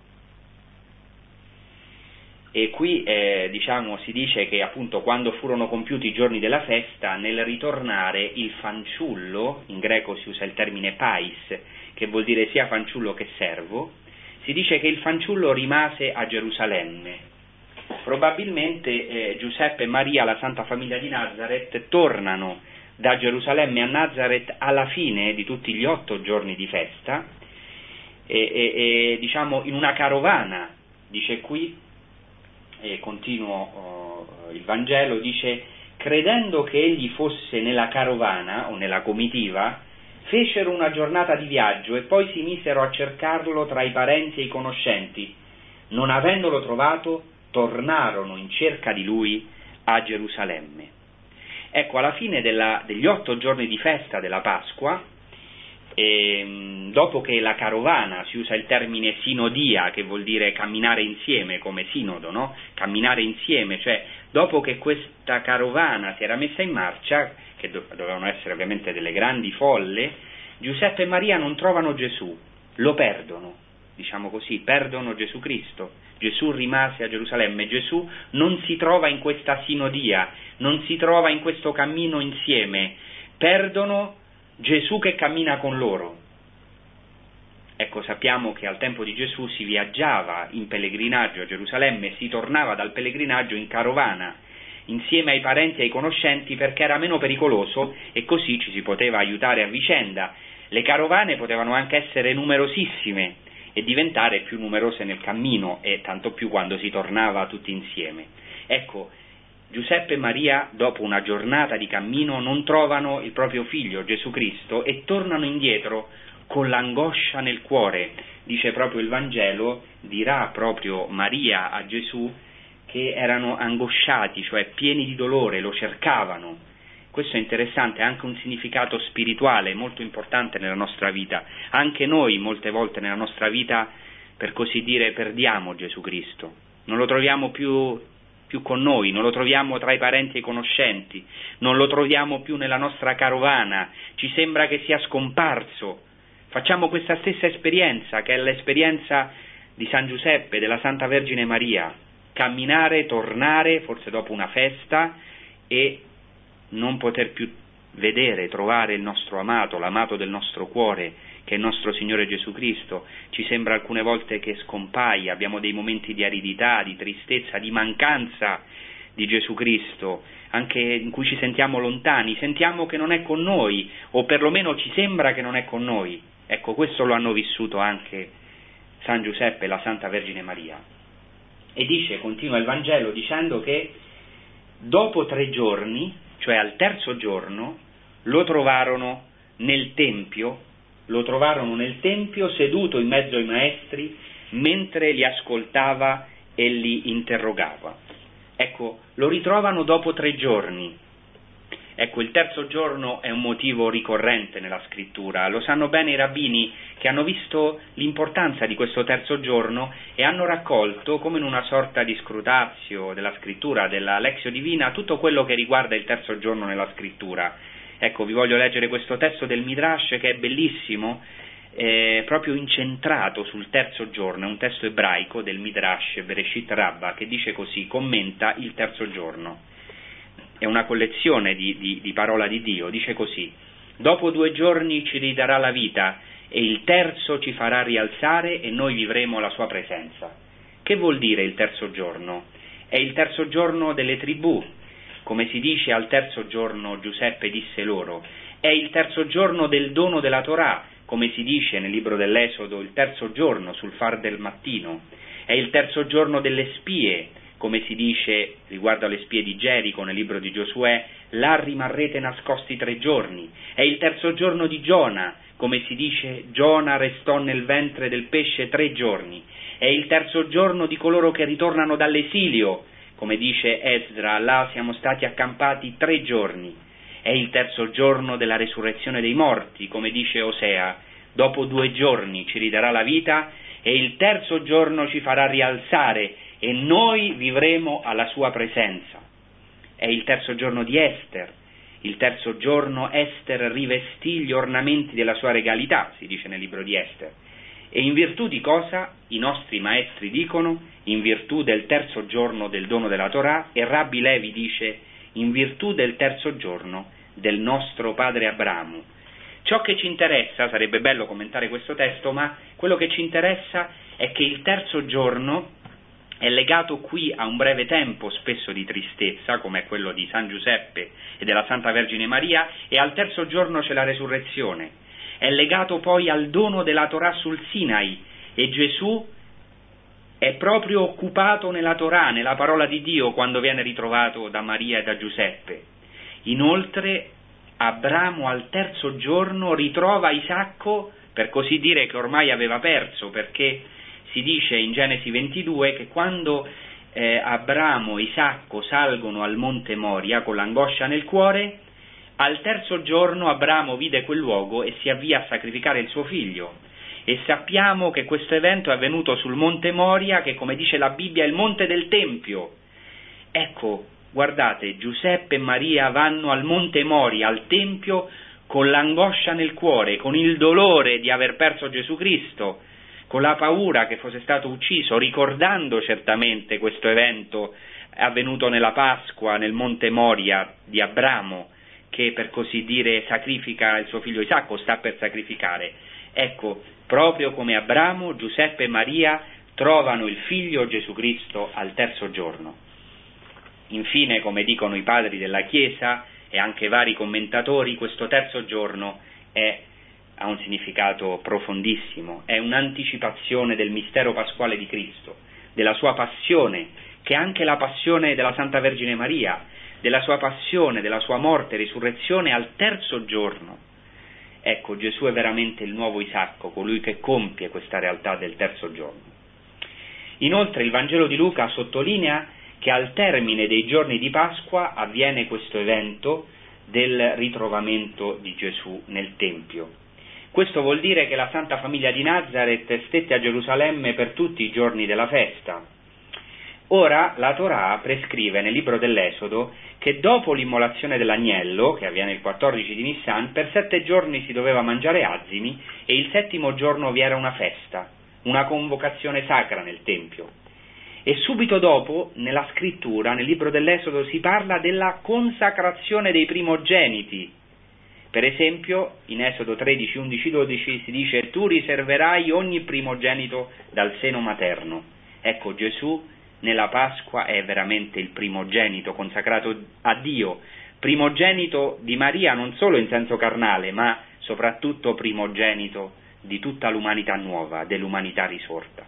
E qui eh, diciamo si dice che appunto quando furono compiuti i giorni della festa, nel ritornare il fanciullo, in greco si usa il termine pais, che vuol dire sia fanciullo che servo, si dice che il fanciullo rimase a Gerusalemme. Probabilmente eh, Giuseppe e Maria, la Santa Famiglia di Nazareth, tornano da Gerusalemme a Nazareth alla fine di tutti gli otto giorni di festa e, e, e diciamo in una carovana, dice qui, e continuo uh, il Vangelo, dice: credendo che egli fosse nella carovana o nella comitiva, fecero una giornata di viaggio e poi si misero a cercarlo tra i parenti e i conoscenti. Non avendolo trovato, tornarono in cerca di lui a Gerusalemme. Ecco, alla fine della, degli otto giorni di festa della Pasqua, e, dopo che la carovana, si usa il termine sinodia, che vuol dire camminare insieme, come sinodo, no? Camminare insieme, cioè dopo che questa carovana si era messa in marcia, che dovevano essere ovviamente delle grandi folle, Giuseppe e Maria non trovano Gesù, lo perdono, diciamo così, perdono Gesù Cristo. Gesù rimase a Gerusalemme, Gesù non si trova in questa sinodia, non si trova in questo cammino insieme, perdono Gesù che cammina con loro. Ecco, sappiamo che al tempo di Gesù si viaggiava in pellegrinaggio a Gerusalemme, si tornava dal pellegrinaggio in carovana, insieme ai parenti e ai conoscenti, perché era meno pericoloso e così ci si poteva aiutare a vicenda. Le carovane potevano anche essere numerosissime e diventare più numerose nel cammino, e tanto più quando si tornava tutti insieme. Ecco, Giuseppe e Maria, dopo una giornata di cammino, non trovano il proprio figlio, Gesù Cristo, e tornano indietro con l'angoscia nel cuore. Dice proprio il Vangelo, dirà proprio Maria a Gesù che erano angosciati, cioè pieni di dolore, lo cercavano. Questo è interessante, ha anche un significato spirituale molto importante nella nostra vita. Anche noi molte volte nella nostra vita, per così dire, perdiamo Gesù Cristo. Non lo troviamo più, più con noi, non lo troviamo tra i parenti e i conoscenti, non lo troviamo più nella nostra carovana, ci sembra che sia scomparso. Facciamo questa stessa esperienza, che è l'esperienza di San Giuseppe, della Santa Vergine Maria. Camminare, tornare, forse dopo una festa, e non poter più vedere, trovare il nostro amato, l'amato del nostro cuore, che è il nostro Signore Gesù Cristo. Ci sembra alcune volte che scompaia, abbiamo dei momenti di aridità, di tristezza, di mancanza di Gesù Cristo, anche in cui ci sentiamo lontani, sentiamo che non è con noi, o perlomeno ci sembra che non è con noi. Ecco, questo lo hanno vissuto anche San Giuseppe e la Santa Vergine Maria. E dice, continua il Vangelo dicendo che dopo tre giorni, cioè al terzo giorno, lo trovarono nel Tempio, lo trovarono nel Tempio seduto in mezzo ai maestri, mentre li ascoltava e li interrogava. Ecco, lo ritrovano dopo tre giorni. Ecco, il terzo giorno è un motivo ricorrente nella scrittura, lo sanno bene i rabbini che hanno visto l'importanza di questo terzo giorno e hanno raccolto, come in una sorta di scrutatio della scrittura, della Lexio Divina, tutto quello che riguarda il terzo giorno nella scrittura. Ecco, vi voglio leggere questo testo del Midrash che è bellissimo, eh, proprio incentrato sul terzo giorno, è un testo ebraico del Midrash Bereshit Rabbah che dice così, commenta il terzo giorno. È una collezione di, di, di parola di Dio, dice così: dopo due giorni ci ridarà la vita e il terzo ci farà rialzare e noi vivremo la sua presenza. Che vuol dire il terzo giorno? È il terzo giorno delle tribù, come si dice al terzo giorno Giuseppe disse loro, è il terzo giorno del dono della Torah, come si dice nel libro dell'Esodo, il terzo giorno sul far del mattino, è il terzo giorno delle spie, come si dice riguardo alle spie di Gerico nel libro di Giosuè, là rimarrete nascosti tre giorni. È il terzo giorno di Giona, come si dice Giona restò nel ventre del pesce tre giorni. È il terzo giorno di coloro che ritornano dall'esilio, come dice Esdra, là siamo stati accampati tre giorni. È il terzo giorno della resurrezione dei morti, come dice Osea, dopo due giorni ci ridarà la vita e il terzo giorno ci farà rialzare e noi vivremo alla sua presenza. È il terzo giorno di Ester, il terzo giorno Ester rivestì gli ornamenti della sua regalità, si dice nel libro di Ester. E in virtù di cosa? I nostri maestri dicono, in virtù del terzo giorno del dono della Torah, e Rabbi Levi dice, in virtù del terzo giorno del nostro padre Abramo. Ciò che ci interessa, sarebbe bello commentare questo testo, ma quello che ci interessa è che il terzo giorno è legato qui a un breve tempo, spesso di tristezza, come è quello di San Giuseppe e della Santa Vergine Maria, e al terzo giorno c'è la resurrezione. È legato poi al dono della Torah sul Sinai, e Gesù è proprio occupato nella Torah, nella parola di Dio, quando viene ritrovato da Maria e da Giuseppe. Inoltre, Abramo al terzo giorno ritrova Isacco, per così dire, che ormai aveva perso, perché si dice in Genesi ventidue che quando eh, Abramo e Isacco salgono al monte Moria con l'angoscia nel cuore. Al terzo giorno Abramo vide quel luogo e si avvia a sacrificare il suo figlio. E sappiamo che questo evento è avvenuto sul monte Moria, che come dice la Bibbia è il monte del Tempio. Ecco, guardate, Giuseppe e Maria vanno al monte Moria, al Tempio, con l'angoscia nel cuore, con il dolore di aver perso Gesù Cristo, con la paura che fosse stato ucciso, ricordando certamente questo evento avvenuto nella Pasqua, nel monte Moria di Abramo, che per così dire sacrifica il suo figlio Isacco, sta per sacrificare. Ecco, proprio come Abramo, Giuseppe e Maria trovano il figlio Gesù Cristo al terzo giorno. Infine, come dicono i padri della Chiesa e anche vari commentatori, questo terzo giorno è, ha un significato profondissimo, è un'anticipazione del mistero pasquale di Cristo, della sua passione, che è anche la passione della Santa Vergine Maria, della sua passione, della sua morte e risurrezione al terzo giorno. Ecco, Gesù è veramente il nuovo Isacco, colui che compie questa realtà del terzo giorno. Inoltre il Vangelo di Luca sottolinea che al termine dei giorni di Pasqua avviene questo evento del ritrovamento di Gesù nel Tempio. Questo vuol dire che la Santa Famiglia di Nazaret stette a Gerusalemme per tutti i giorni della festa. Ora la Torah prescrive nel libro dell'Esodo che dopo l'immolazione dell'agnello, che avviene il quattordici di Nissan, per sette giorni si doveva mangiare azimi e il settimo giorno vi era una festa, una convocazione sacra nel Tempio. E subito dopo, nella scrittura, nel libro dell'Esodo, si parla della consacrazione dei primogeniti. Per esempio, in Esodo tredici, undici, dodici si dice: tu riserverai ogni primogenito dal seno materno. Ecco, Gesù nella Pasqua è veramente il primogenito consacrato a Dio, primogenito di Maria non solo in senso carnale, ma soprattutto primogenito di tutta l'umanità nuova, dell'umanità risorta.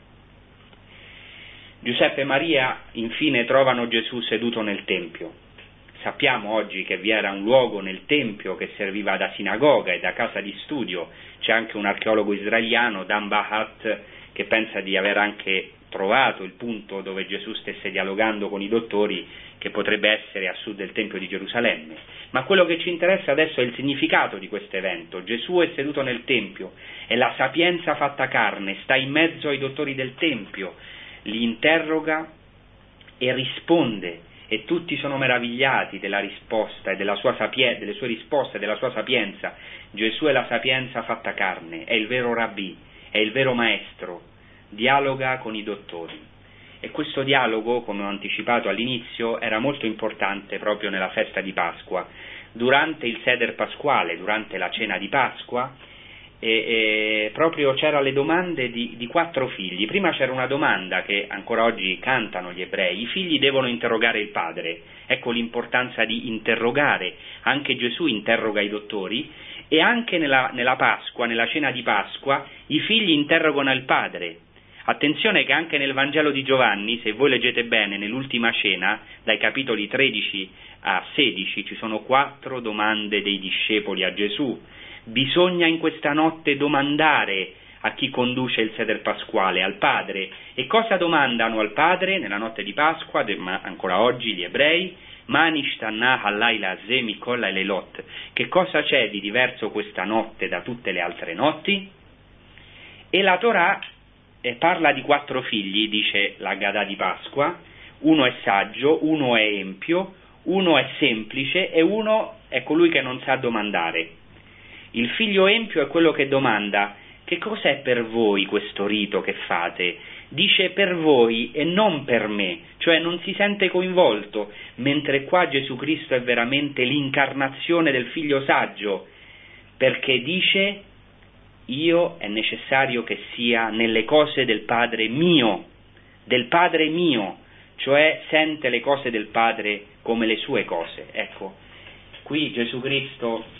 Giuseppe e Maria infine trovano Gesù seduto nel Tempio. Sappiamo oggi che vi era un luogo nel Tempio che serviva da sinagoga e da casa di studio. C'è anche un archeologo israeliano, Dan Bahat, che pensa di aver anche trovato il punto dove Gesù stesse dialogando con i dottori, che potrebbe essere a sud del Tempio di Gerusalemme. Ma quello che ci interessa adesso è il significato di questo evento. Gesù è seduto nel Tempio, è la sapienza fatta carne, sta in mezzo ai dottori del Tempio, li interroga e risponde, e tutti sono meravigliati della risposta e della sua sapie- delle sue risposte, della sua sapienza. Gesù è la sapienza fatta carne, è il vero rabbì, è il vero maestro, dialoga con i dottori. E questo dialogo, come ho anticipato all'inizio, era molto importante proprio nella festa di Pasqua. Durante il Seder pasquale, durante la cena di Pasqua, e, e proprio c'era le domande di, di quattro figli. Prima c'era una domanda che ancora oggi cantano gli ebrei: i figli devono interrogare il padre. Ecco l'importanza di interrogare. Anche Gesù interroga i dottori, e anche nella, nella Pasqua, nella cena di Pasqua, i figli interrogano il padre. Attenzione che anche nel Vangelo di Giovanni, se voi leggete bene, nell'ultima cena, dai capitoli tredici a sedici, ci sono quattro domande dei discepoli a Gesù. Bisogna in questa notte domandare a chi conduce il Seder pasquale, al Padre. E cosa domandano al Padre nella notte di Pasqua, ma ancora oggi gli ebrei? Manishtanah halayla ze mikol leilot. Che cosa c'è di diverso questa notte da tutte le altre notti? E la Torah eh, parla di quattro figli, dice la Gadà di Pasqua: uno è saggio, uno è empio, uno è semplice e uno è colui che non sa domandare. Il figlio empio è quello che domanda: che cos'è per voi questo rito che fate? Dice per voi e non per me, cioè non si sente coinvolto, mentre qua Gesù Cristo è veramente l'incarnazione del figlio saggio, perché dice: io è necessario che sia nelle cose del Padre mio, del Padre mio, cioè sente le cose del Padre come le sue cose. Ecco, qui Gesù Cristo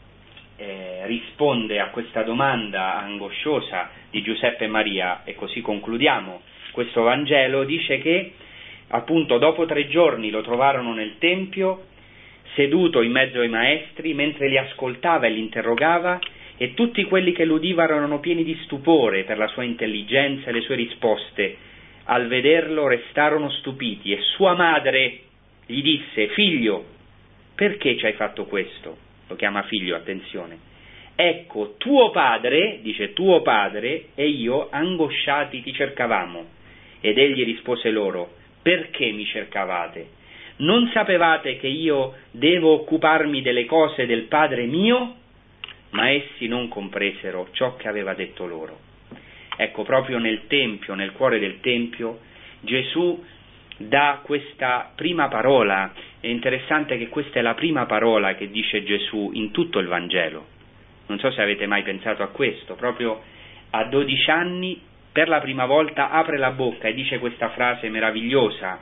Eh, risponde a questa domanda angosciosa di Giuseppe e Maria, e così concludiamo questo Vangelo. Dice che appunto dopo tre giorni lo trovarono nel Tempio, seduto in mezzo ai maestri, mentre li ascoltava e li interrogava, e tutti quelli che lo udivano erano pieni di stupore per la sua intelligenza e le sue risposte al vederlo restarono stupiti e sua madre gli disse: figlio, perché ci hai fatto questo? Lo chiama figlio, attenzione. Ecco, tuo padre, dice tuo padre, e io angosciati ti cercavamo. Ed egli rispose loro: perché mi cercavate? Non sapevate che io devo occuparmi delle cose del Padre mio? Ma essi non compresero ciò che aveva detto loro. Ecco, proprio nel Tempio, nel cuore del Tempio, Gesù dà questa prima parola. È interessante che questa è la prima parola che dice Gesù in tutto il Vangelo. Non so se avete mai pensato a questo, proprio a dodici anni per la prima volta apre la bocca e dice questa frase meravigliosa.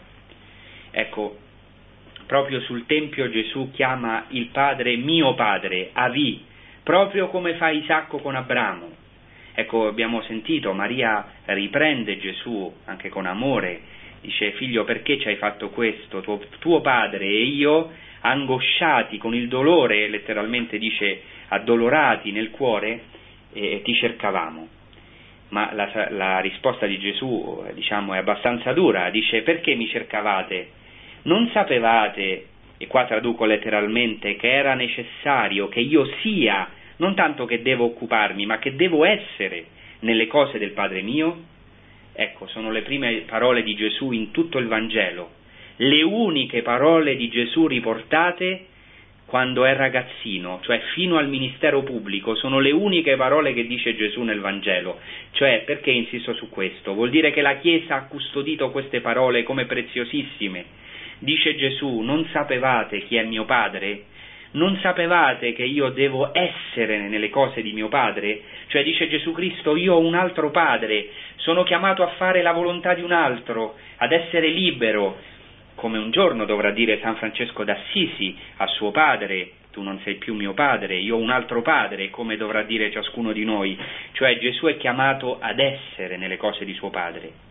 Ecco, proprio sul Tempio Gesù chiama il Padre mio Padre, Avi, proprio come fa Isacco con Abramo. Ecco, abbiamo sentito, Maria riprende Gesù anche con amore, dice: figlio, perché ci hai fatto questo? Tuo, tuo padre e io, angosciati con il dolore, letteralmente dice addolorati nel cuore, eh, ti cercavamo. Ma la, la risposta di Gesù, diciamo, è abbastanza dura, dice: perché mi cercavate? Non sapevate, e qua traduco letteralmente, che era necessario che io sia, non tanto che devo occuparmi, ma che devo essere nelle cose del Padre mio? Ecco, sono le prime parole di Gesù in tutto il Vangelo, le uniche parole di Gesù riportate quando è ragazzino, cioè fino al ministero pubblico, sono le uniche parole che dice Gesù nel Vangelo. Cioè, perché insisto su questo? Vuol dire che la Chiesa ha custodito queste parole come preziosissime. Dice Gesù: non sapevate chi è mio Padre? Non sapevate che io devo essere nelle cose di mio Padre? Cioè, dice Gesù Cristo: io ho un altro Padre, sono chiamato a fare la volontà di un altro, ad essere libero, come un giorno dovrà dire San Francesco d'Assisi a suo padre: tu non sei più mio padre, io ho un altro padre, come dovrà dire ciascuno di noi. Cioè, Gesù è chiamato ad essere nelle cose di suo Padre.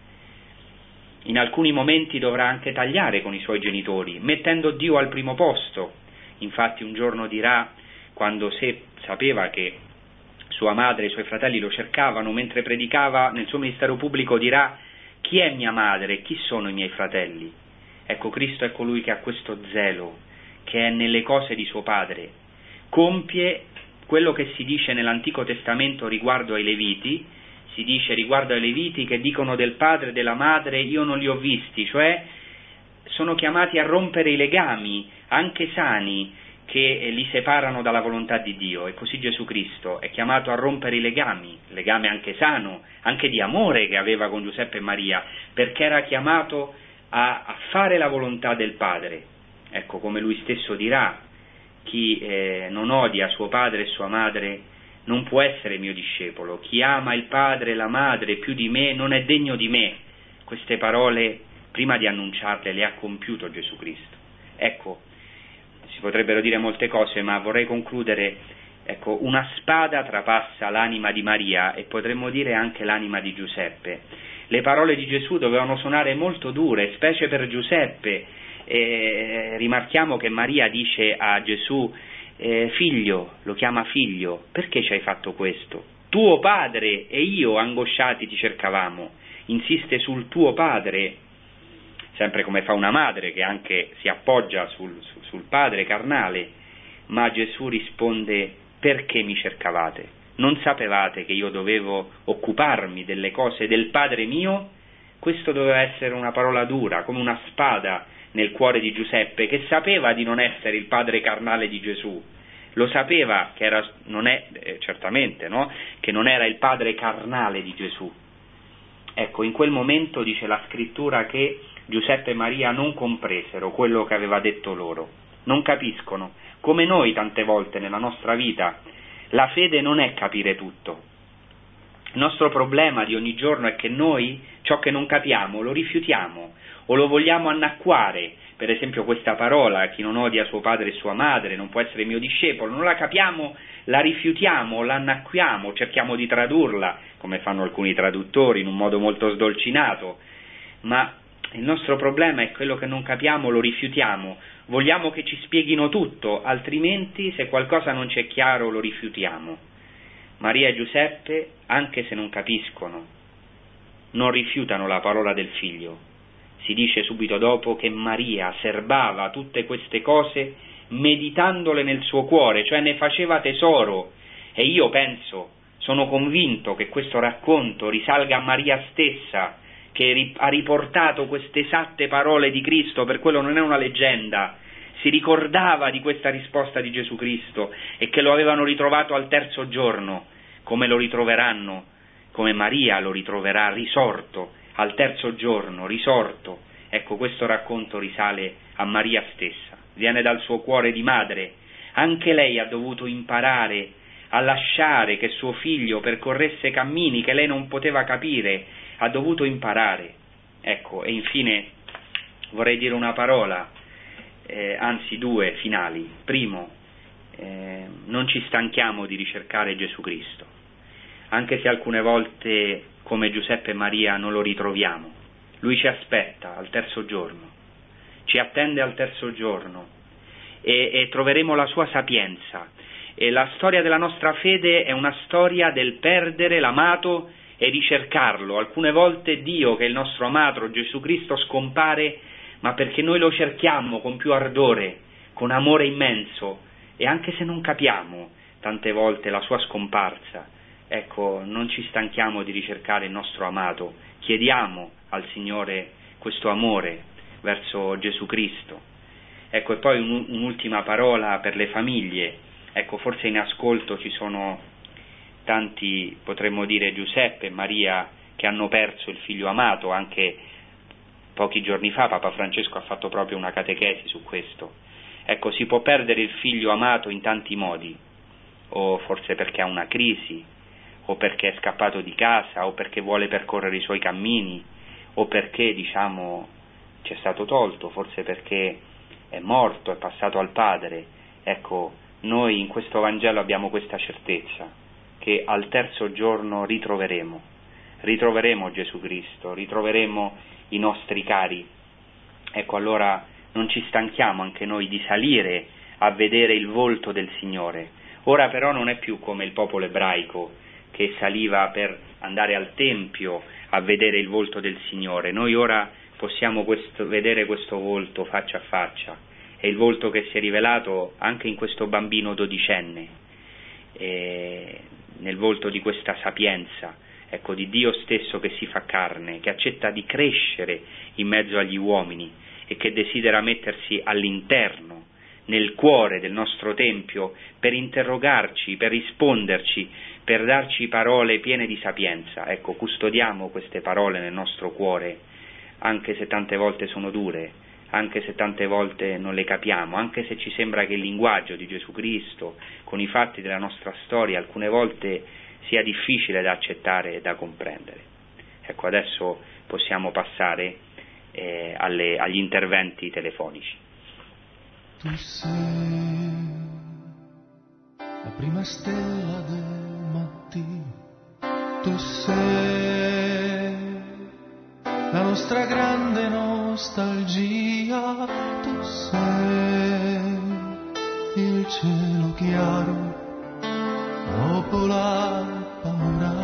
In alcuni momenti dovrà anche tagliare con i suoi genitori, mettendo Dio al primo posto. Infatti un giorno dirà, quando se sapeva che sua madre e i suoi fratelli lo cercavano mentre predicava nel suo ministero pubblico, dirà: chi è mia madre, chi sono i miei fratelli? Ecco, Cristo è colui che ha questo zelo, che è nelle cose di suo Padre. Compie quello che si dice nell'Antico Testamento riguardo ai Leviti. Si dice riguardo ai Leviti che dicono del padre e della madre: io non li ho visti, cioè sono chiamati a rompere i legami, anche sani, che li separano dalla volontà di Dio. E così Gesù Cristo è chiamato a rompere i legami, legame anche sano, anche di amore che aveva con Giuseppe e Maria, perché era chiamato a, a fare la volontà del Padre. Ecco, come lui stesso dirà: chi eh, non odia suo padre e sua madre non può essere mio discepolo, chi ama il padre e la madre più di me non è degno di me. Queste parole, prima di annunciarle, le ha compiuto Gesù Cristo. Ecco, si potrebbero dire molte cose, ma vorrei concludere. Ecco, una spada trapassa l'anima di Maria e potremmo dire anche l'anima di Giuseppe. Le parole di Gesù dovevano suonare molto dure, specie per Giuseppe. E rimarchiamo che Maria dice a Gesù: Eh, figlio, lo chiama figlio, perché ci hai fatto questo? Tuo padre e io angosciati ti cercavamo. Insiste sul tuo padre, sempre come fa una madre che anche si appoggia sul, sul padre carnale, ma Gesù risponde: perché mi cercavate? Non sapevate che io dovevo occuparmi delle cose del Padre mio? Questo doveva essere una parola dura, come una spada nel cuore di Giuseppe, che sapeva di non essere il padre carnale di Gesù. Lo sapeva che era, non è, eh, certamente, no? Che non era il padre carnale di Gesù. Ecco, in quel momento dice la scrittura che Giuseppe e Maria non compresero quello che aveva detto loro, non capiscono, come noi tante volte nella nostra vita. La fede non è capire tutto. Il nostro problema di ogni giorno è che noi ciò che non capiamo lo rifiutiamo o lo vogliamo annacquare. Per esempio questa parola: chi non odia suo padre e sua madre non può essere mio discepolo, non la capiamo, la rifiutiamo, la annacquiamo, cerchiamo di tradurla, come fanno alcuni traduttori, in un modo molto sdolcinato. Ma il nostro problema è quello che non capiamo, lo rifiutiamo, vogliamo che ci spieghino tutto, altrimenti se qualcosa non ci è chiaro lo rifiutiamo. Maria e Giuseppe, anche se non capiscono, non rifiutano la parola del Figlio. Si dice subito dopo che Maria serbava tutte queste cose meditandole nel suo cuore, cioè ne faceva tesoro. E io penso, sono convinto che questo racconto risalga a Maria stessa, che ha riportato queste esatte parole di Cristo, per quello non è una leggenda. Si ricordava di questa risposta di Gesù Cristo e che lo avevano ritrovato al terzo giorno, come lo ritroveranno, come Maria lo ritroverà risorto al terzo giorno, risorto. Ecco, questo racconto risale a Maria stessa, viene dal suo cuore di madre. Anche lei ha dovuto imparare a lasciare che suo figlio percorresse cammini che lei non poteva capire, ha dovuto imparare. Ecco, e infine vorrei dire una parola, eh, anzi due finali. Primo, eh, non ci stanchiamo di ricercare Gesù Cristo, anche se alcune volte, come Giuseppe e Maria, non lo ritroviamo. Lui ci aspetta al terzo giorno, ci attende al terzo giorno e, e troveremo la sua sapienza. E la storia della nostra fede è una storia del perdere l'amato e ricercarlo. Alcune volte Dio, che è il nostro amato, Gesù Cristo, scompare, ma perché noi lo cerchiamo con più ardore, con amore immenso, e anche se non capiamo tante volte la sua scomparsa, ecco, non ci stanchiamo di ricercare il nostro amato, chiediamo al Signore questo amore verso Gesù Cristo. Ecco, e poi un, un'ultima parola per le famiglie. Ecco, forse in ascolto ci sono tanti, potremmo dire Giuseppe e Maria, che hanno perso il figlio amato. Anche pochi giorni fa Papa Francesco ha fatto proprio una catechesi su questo. Ecco, si può perdere il figlio amato in tanti modi, o forse perché ha una crisi, o perché è scappato di casa, o perché vuole percorrere i suoi cammini, o perché, diciamo, ci è stato tolto, forse perché è morto, è passato al Padre. Ecco, noi in questo Vangelo abbiamo questa certezza, che al terzo giorno ritroveremo, ritroveremo Gesù Cristo, ritroveremo i nostri cari. Ecco, allora non ci stanchiamo anche noi di salire a vedere il volto del Signore. Ora però non è più come il popolo ebraico che saliva per andare al Tempio a vedere il volto del Signore. Noi ora possiamo questo, vedere questo volto faccia a faccia. È il volto che si è rivelato anche in questo bambino dodicenne, eh, nel volto di questa sapienza, ecco, di Dio stesso che si fa carne, che accetta di crescere in mezzo agli uomini e che desidera mettersi all'interno, nel cuore del nostro Tempio, per interrogarci, per risponderci, per darci parole piene di sapienza. Ecco, custodiamo queste parole nel nostro cuore, anche se tante volte sono dure, anche se tante volte non le capiamo, anche se ci sembra che il linguaggio di Gesù Cristo, con i fatti della nostra storia, alcune volte sia difficile da accettare e da comprendere. Ecco, adesso possiamo passare eh, alle, agli interventi telefonici.
Tu sei la prima stella del mattino, tu sei la nostra grande nostalgia, tu sei il cielo chiaro dopo la paura,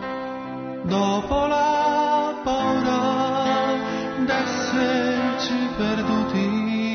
dopo la paura d'esserci perduti.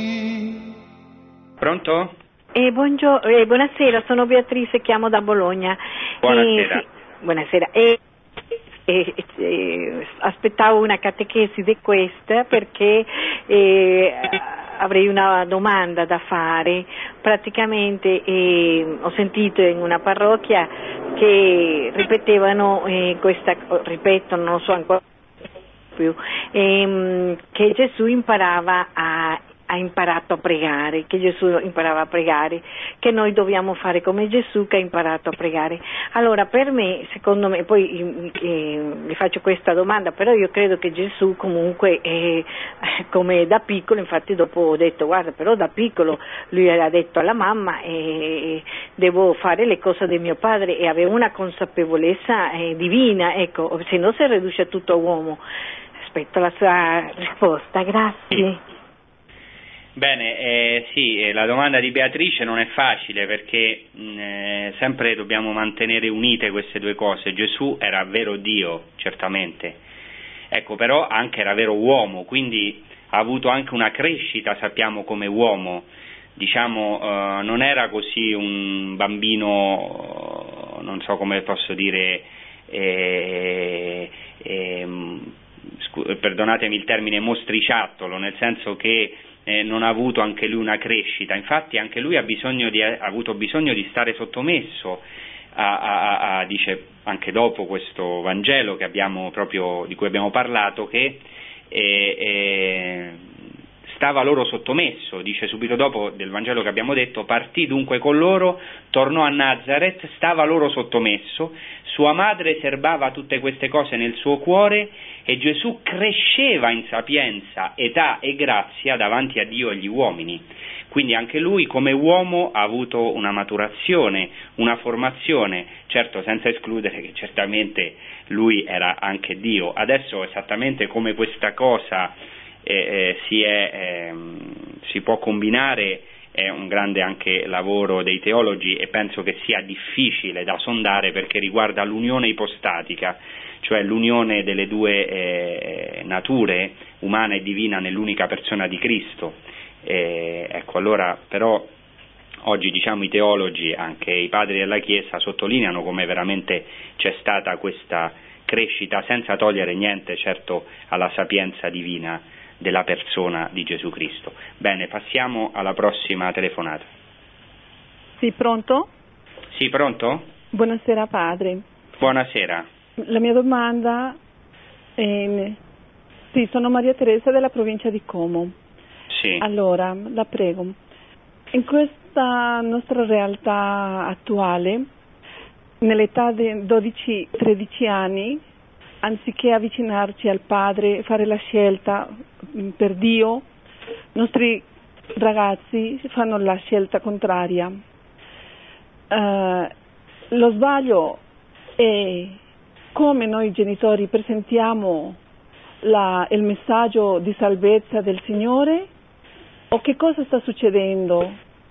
Pronto?
Eh, buongio- eh, buonasera, sono Beatrice, chiamo da Bologna.
Buonasera.
Eh, sì, buonasera. Eh, eh, eh, aspettavo una catechesi di questa perché eh, avrei una domanda da fare. Praticamente eh, ho sentito in una parrocchia che ripetevano eh, questa, ripetono, non so ancora più, ehm, che Gesù imparava a ha imparato a pregare, che Gesù imparava a pregare, che noi dobbiamo fare come Gesù che ha imparato a pregare. Allora, per me, secondo me, poi eh, vi faccio questa domanda, però io credo che Gesù comunque, eh, come da piccolo, infatti dopo ho detto, guarda, però da piccolo lui ha detto alla mamma, eh, devo fare le cose di mio padre, e aveva una consapevolezza eh, divina, ecco, se no si riduce a tutto uomo. Aspetto la sua risposta, grazie.
Bene, eh, sì, eh, la domanda di Beatrice non è facile perché mh, eh, sempre dobbiamo mantenere unite queste due cose. Gesù era vero Dio, certamente, Ecco, però anche era vero uomo, quindi ha avuto anche una crescita, sappiamo, come uomo. Diciamo, eh, non era così un bambino, non so come posso dire, eh, eh, scu- perdonatemi il termine, mostriciattolo, nel senso che eh, non ha avuto anche lui una crescita. Infatti anche lui ha, bisogno di, ha avuto bisogno di stare sottomesso a, a, a, dice anche dopo questo Vangelo che abbiamo proprio, di cui abbiamo parlato, che eh, eh, stava loro sottomesso. Dice subito dopo del Vangelo che abbiamo detto: partì dunque con loro, tornò a Nazareth, stava loro sottomesso, sua madre serbava tutte queste cose nel suo cuore, e Gesù cresceva in sapienza, età e grazia davanti a Dio e agli uomini. Quindi anche lui come uomo ha avuto una maturazione, una formazione, certo senza escludere che certamente lui era anche Dio. Adesso esattamente come questa cosa eh, eh, si, è, eh, si può combinare è un grande anche lavoro dei teologi, e penso che sia difficile da sondare, perché riguarda l'unione ipostatica, cioè l'unione delle due eh, nature, umana e divina, nell'unica persona di Cristo. Eh, ecco, allora però oggi, diciamo, i teologi, anche i padri della Chiesa, sottolineano come veramente c'è stata questa crescita, senza togliere niente certo alla sapienza divina della persona di Gesù Cristo. Bene, passiamo alla prossima telefonata.
Sì, pronto?
Sì, pronto?
Buonasera padre.
Buonasera.
La mia domanda è... Sì, sono Maria Teresa della provincia di Como.
Sì.
Allora, la prego, in questa nostra realtà attuale, nell'età di dodici tredici anni, anziché avvicinarci al Padre, fare la scelta per Dio, i nostri ragazzi fanno la scelta contraria. Uh, lo sbaglio è come noi genitori presentiamo la, il messaggio di salvezza del Signore, o che cosa sta succedendo?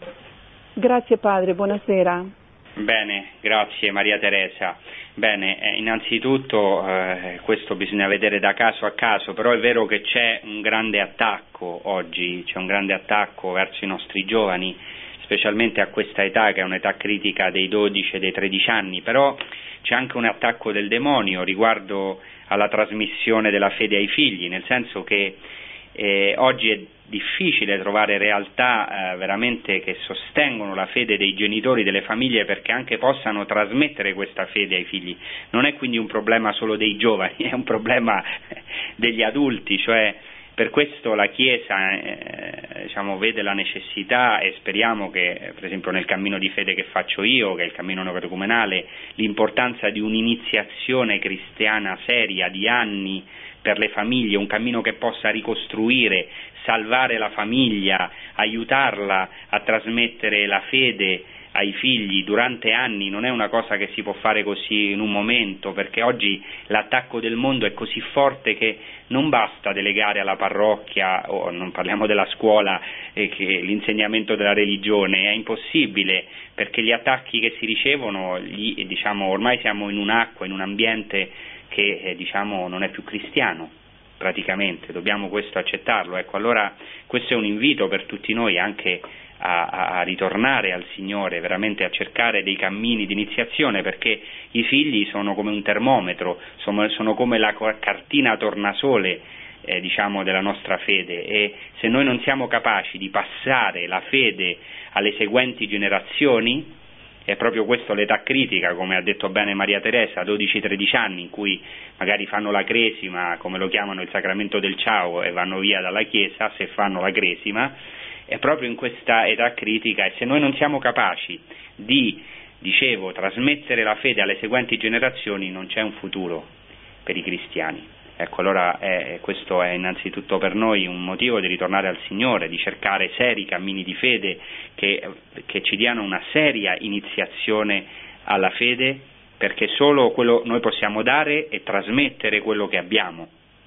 Grazie padre, buonasera.
Bene, grazie Maria Teresa. Bene, eh, innanzitutto eh, questo bisogna vedere da caso a caso, però è vero che c'è un grande attacco oggi, c'è un grande attacco verso i nostri giovani, specialmente a questa età, che è un'età critica dei dodici e dei tredici anni, però c'è anche un attacco del demonio riguardo alla trasmissione della fede ai figli, nel senso che eh, oggi è difficile trovare realtà eh, veramente che sostengono la fede dei genitori, delle famiglie, perché anche possano trasmettere questa fede ai figli. Non è quindi un problema solo dei giovani, è un problema degli adulti, cioè per questo la Chiesa eh, diciamo, vede la necessità, e speriamo che per esempio nel cammino di fede che faccio io, che è il cammino neocatecumenale, l'importanza di un'iniziazione cristiana seria di anni per le famiglie, un cammino che possa ricostruire, salvare la famiglia, aiutarla a trasmettere la fede ai figli durante anni. Non è una cosa che si può fare così in un momento, perché oggi l'attacco del mondo è così forte che non basta delegare alla parrocchia, o non parliamo della scuola, eh, che l'insegnamento della religione, è impossibile, perché gli attacchi che si ricevono, gli, diciamo, ormai siamo in un'acqua, in un ambiente che eh, diciamo non è più cristiano praticamente, dobbiamo questo accettarlo. Ecco, allora questo è un invito per tutti noi anche a, a, a ritornare al Signore, veramente a cercare dei cammini di iniziazione, perché i figli sono come un termometro, sono, sono come la cartina tornasole eh, diciamo della nostra fede, e se noi non siamo capaci di passare la fede alle seguenti generazioni, è proprio questo l'età critica, come ha detto bene Maria Teresa, dodici tredici anni, in cui magari fanno la cresima, come lo chiamano il sacramento del ciao, e vanno via dalla Chiesa se fanno la cresima. È proprio in questa età critica, e se noi non siamo capaci di, dicevo, trasmettere la fede alle seguenti generazioni, non c'è un futuro per i cristiani. Ecco, allora è, questo è innanzitutto per noi un motivo di ritornare al Signore, di cercare seri cammini di fede che, che ci diano una seria iniziazione alla fede, perché solo quello noi possiamo dare e trasmettere quello che abbiamo,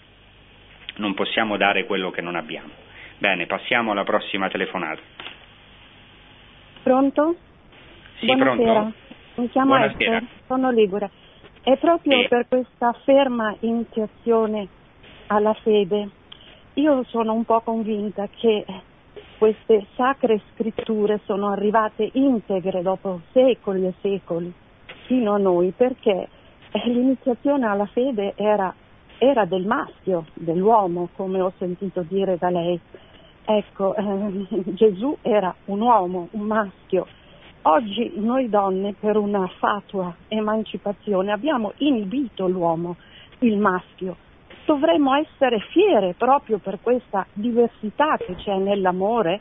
non possiamo dare quello che non abbiamo. Bene, passiamo alla prossima telefonata.
Pronto?
Sì,
Buonasera.
pronto?
Mi chiamo
Buonasera.
Esther, sono ligure. È proprio
Sì.
per questa ferma iniziazione
alla fede. Io sono un po' convinta che queste sacre scritture sono arrivate integre dopo secoli e secoli fino a noi, perché l'iniziazione alla fede era, era del maschio, dell'uomo, come ho sentito dire da lei. Ecco, eh, Gesù era un uomo, un maschio. Oggi noi donne, per una fatua emancipazione, abbiamo inibito l'uomo, il maschio. Dovremmo essere fiere proprio per questa diversità che c'è nell'amore,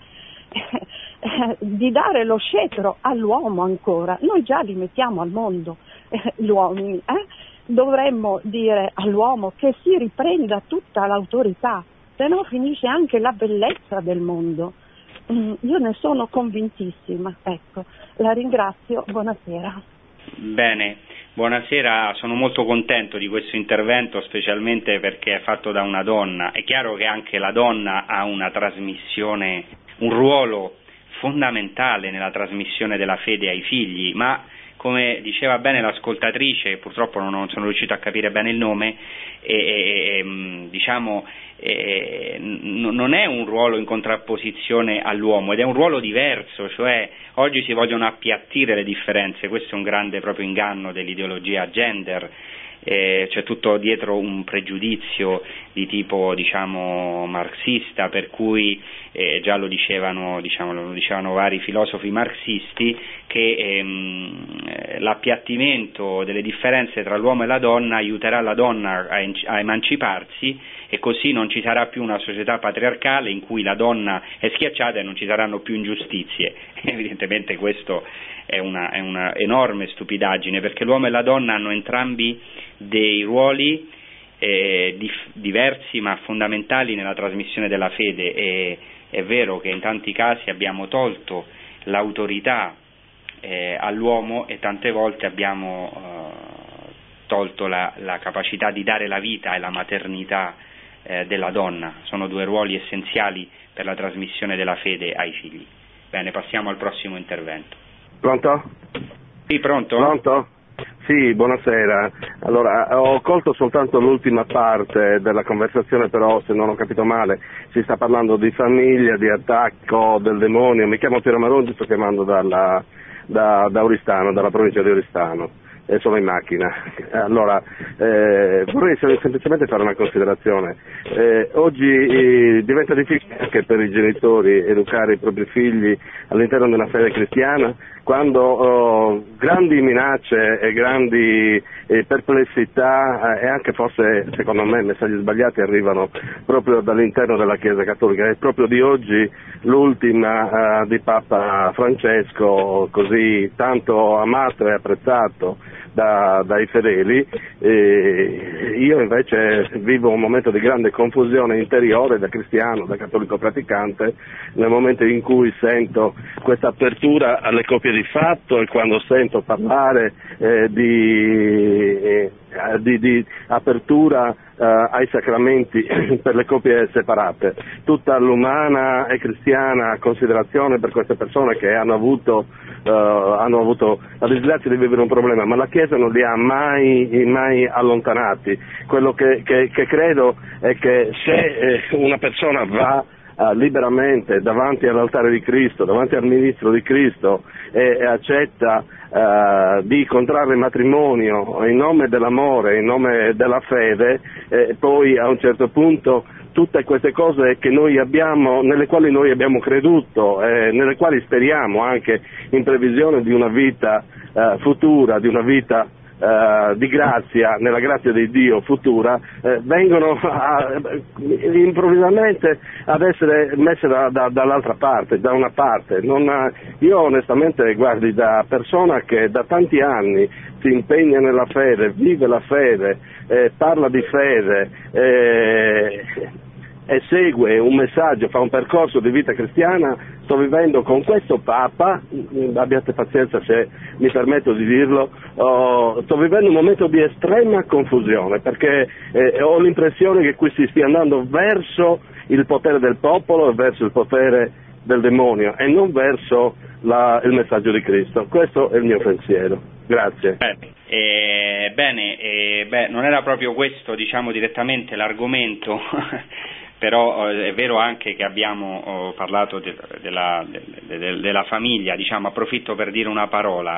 eh, di dare lo scettro all'uomo ancora. Noi già li mettiamo al mondo, eh, gli uomini. Eh? Dovremmo dire all'uomo che si riprenda tutta l'autorità, se no finisce anche la bellezza del mondo. Mm, io ne sono convintissima. Ecco, la ringrazio, buonasera.
Bene. Buonasera, sono molto contento di questo intervento, specialmente perché è fatto da una donna. È chiaro che anche la donna ha una trasmissione, un ruolo fondamentale nella trasmissione della fede ai figli, ma come diceva bene l'ascoltatrice, purtroppo non sono riuscito a capire bene il nome, e, e, diciamo e, non è un ruolo in contrapposizione all'uomo, ed è un ruolo diverso, cioè oggi si vogliono appiattire le differenze. Questo è un grande proprio inganno dell'ideologia gender. Eh, c'è tutto dietro un pregiudizio di tipo, diciamo, marxista, per cui eh, già lo dicevano, diciamo, lo dicevano vari filosofi marxisti, che ehm, l'appiattimento delle differenze tra l'uomo e la donna aiuterà la donna a, a emanciparsi, e così non ci sarà più una società patriarcale in cui la donna è schiacciata e non ci saranno più ingiustizie. Evidentemente questo è una, è una enorme stupidaggine, perché l'uomo e la donna hanno entrambi dei ruoli eh, dif- diversi ma fondamentali nella trasmissione della fede. E è vero che in tanti casi abbiamo tolto l'autorità eh, all'uomo, e tante volte abbiamo eh, tolto la, la capacità di dare la vita e la maternità eh, della donna. Sono due ruoli essenziali per la trasmissione della fede ai figli. Bene, passiamo al prossimo intervento.
Pronto?
Sì, pronto?
Pronto? Sì, buonasera. Allora, ho colto soltanto l'ultima parte della conversazione, però se non ho capito male si sta parlando di famiglia, di attacco del demonio. Mi chiamo Piero Maroni, sto chiamando dalla, da, da Oristano, dalla provincia di Oristano, e sono in macchina. Allora, eh, vorrei semplicemente fare una considerazione. Eh, oggi eh, diventa difficile anche per i genitori educare i propri figli all'interno della fede cristiana, quando oh, grandi minacce e grandi eh, perplessità eh, e anche forse, secondo me, messaggi sbagliati arrivano proprio dall'interno della Chiesa Cattolica. È proprio di oggi l'ultima eh, di Papa Francesco, così tanto amato e apprezzato da, dai fedeli. E io invece vivo un momento di grande confusione interiore da cristiano, da cattolico praticante, nel momento in cui sento questa apertura alle coppie di fatto, e quando sento parlare eh, di, eh, di, di apertura eh, ai sacramenti per le coppie separate. Tutta l'umana e cristiana considerazione per queste persone che hanno avuto, eh, hanno avuto la disgrazia di vivere un problema, ma la Chiesa non li ha mai, mai allontanati. Quello che, che, che credo è che se eh, una persona va Uh, liberamente davanti all'altare di Cristo, davanti al ministro di Cristo, e, e accetta uh, di contrarre matrimonio in nome dell'amore, in nome della fede, e poi a un certo punto tutte queste cose che noi abbiamo, nelle quali noi abbiamo creduto, eh, nelle quali speriamo anche in previsione di una vita uh, futura, di una vita Uh, di grazia, nella grazia di Dio futura, eh, vengono a, improvvisamente ad essere messe da, da, dall'altra parte, da una parte. Non ha, io onestamente, guardi, da persona che da tanti anni si impegna nella fede, vive la fede, eh, parla di fede, eh, e segue un messaggio, fa un percorso di vita cristiana, sto vivendo con questo Papa, abbiate pazienza se mi permetto di dirlo, oh, sto vivendo un momento di estrema confusione, perché eh, ho l'impressione che qui si stia andando verso il potere del popolo e verso il potere del demonio, e non verso la, il messaggio di Cristo. Questo è il mio pensiero. Grazie.
Bene, eh, bene eh, beh, non era proprio questo, diciamo, direttamente l'argomento, però eh, è vero anche che abbiamo oh, parlato de, della, de, de, della famiglia, diciamo, approfitto per dire una parola.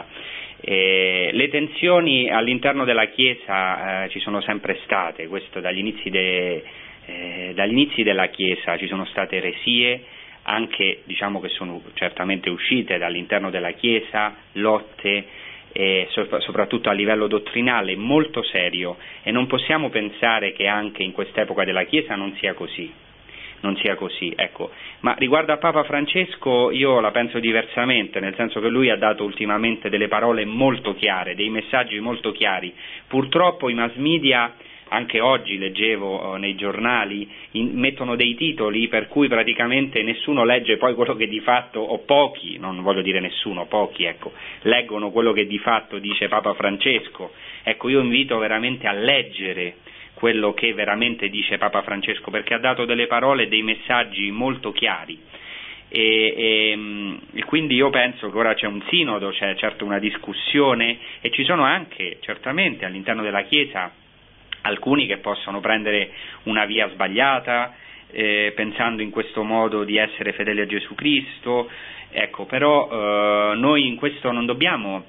Eh, le tensioni all'interno della Chiesa eh, ci sono sempre state, questo dagli inizi, de, eh, dagli inizi della Chiesa ci sono state eresie, anche, diciamo, che sono certamente uscite dall'interno della Chiesa, lotte, e soprattutto a livello dottrinale molto serio, e non possiamo pensare che anche in quest'epoca della Chiesa non sia così, non sia così, ecco. Ma riguardo a Papa Francesco io la penso diversamente, nel senso che lui ha dato ultimamente delle parole molto chiare, dei messaggi molto chiari. Purtroppo i mass media, anche oggi leggevo eh, nei giornali, in, mettono dei titoli per cui praticamente nessuno legge poi quello che di fatto, o pochi, non voglio dire nessuno, pochi, ecco, leggono quello che di fatto dice Papa Francesco. Ecco, io invito veramente a leggere quello che veramente dice Papa Francesco, perché ha dato delle parole, dei messaggi molto chiari. E, e, e quindi io penso che ora c'è un sinodo, c'è certo una discussione, e ci sono anche certamente all'interno della Chiesa alcuni che possono prendere una via sbagliata, eh, pensando in questo modo di essere fedeli a Gesù Cristo, ecco, però eh, noi in questo non dobbiamo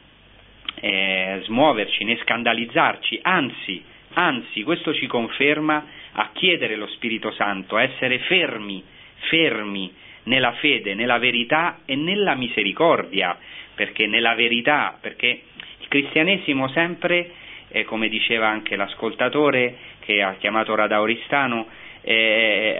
eh, smuoverci né scandalizzarci, anzi, anzi questo ci conferma a chiedere lo Spirito Santo, a essere fermi, fermi nella fede, nella verità e nella misericordia, perché nella verità, perché il cristianesimo sempre, eh, come diceva anche l'ascoltatore che ha chiamato Radauristano, eh,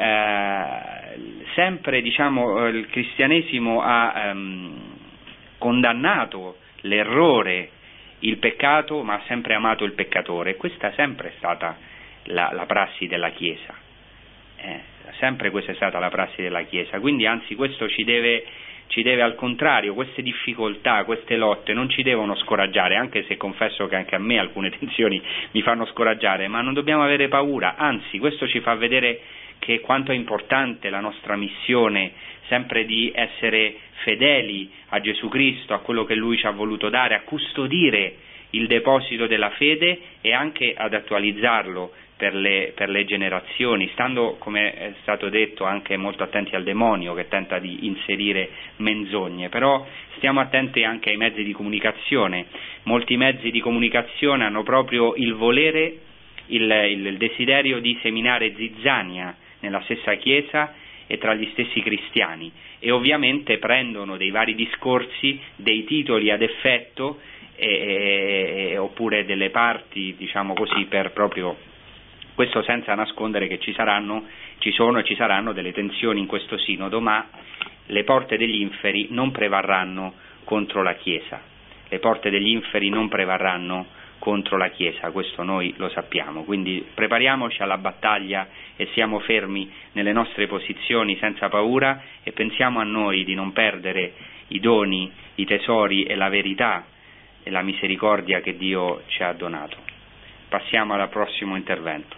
eh, sempre, diciamo, il cristianesimo ha ehm, condannato l'errore, il peccato, ma ha sempre amato il peccatore. Questa è sempre stata la, la prassi della Chiesa, eh, sempre questa è stata la prassi della Chiesa, quindi anzi questo ci deve, ci deve al contrario, queste difficoltà, queste lotte non ci devono scoraggiare, anche se confesso che anche a me alcune tensioni mi fanno scoraggiare, ma non dobbiamo avere paura, anzi questo ci fa vedere che quanto è importante la nostra missione, sempre di essere fedeli a Gesù Cristo, a quello che Lui ci ha voluto dare, a custodire il deposito della fede e anche ad attualizzarlo per le, per le generazioni, stando, come è stato detto, anche molto attenti al demonio che tenta di inserire menzogne, però stiamo attenti anche ai mezzi di comunicazione. Molti mezzi di comunicazione hanno proprio il volere, il, il, il desiderio di seminare zizzania nella stessa Chiesa e tra gli stessi cristiani, e ovviamente prendono dei vari discorsi, dei titoli ad effetto e, e, oppure delle parti, diciamo così, per proprio questo, senza nascondere che ci saranno, ci sono e ci saranno delle tensioni in questo sinodo, ma le porte degli inferi non prevarranno contro la Chiesa, le porte degli inferi non prevarranno contro la Chiesa, questo noi lo sappiamo, quindi prepariamoci alla battaglia e siamo fermi nelle nostre posizioni senza paura e pensiamo a noi di non perdere i doni, i tesori e la verità e la misericordia che Dio ci ha donato. Passiamo al prossimo intervento.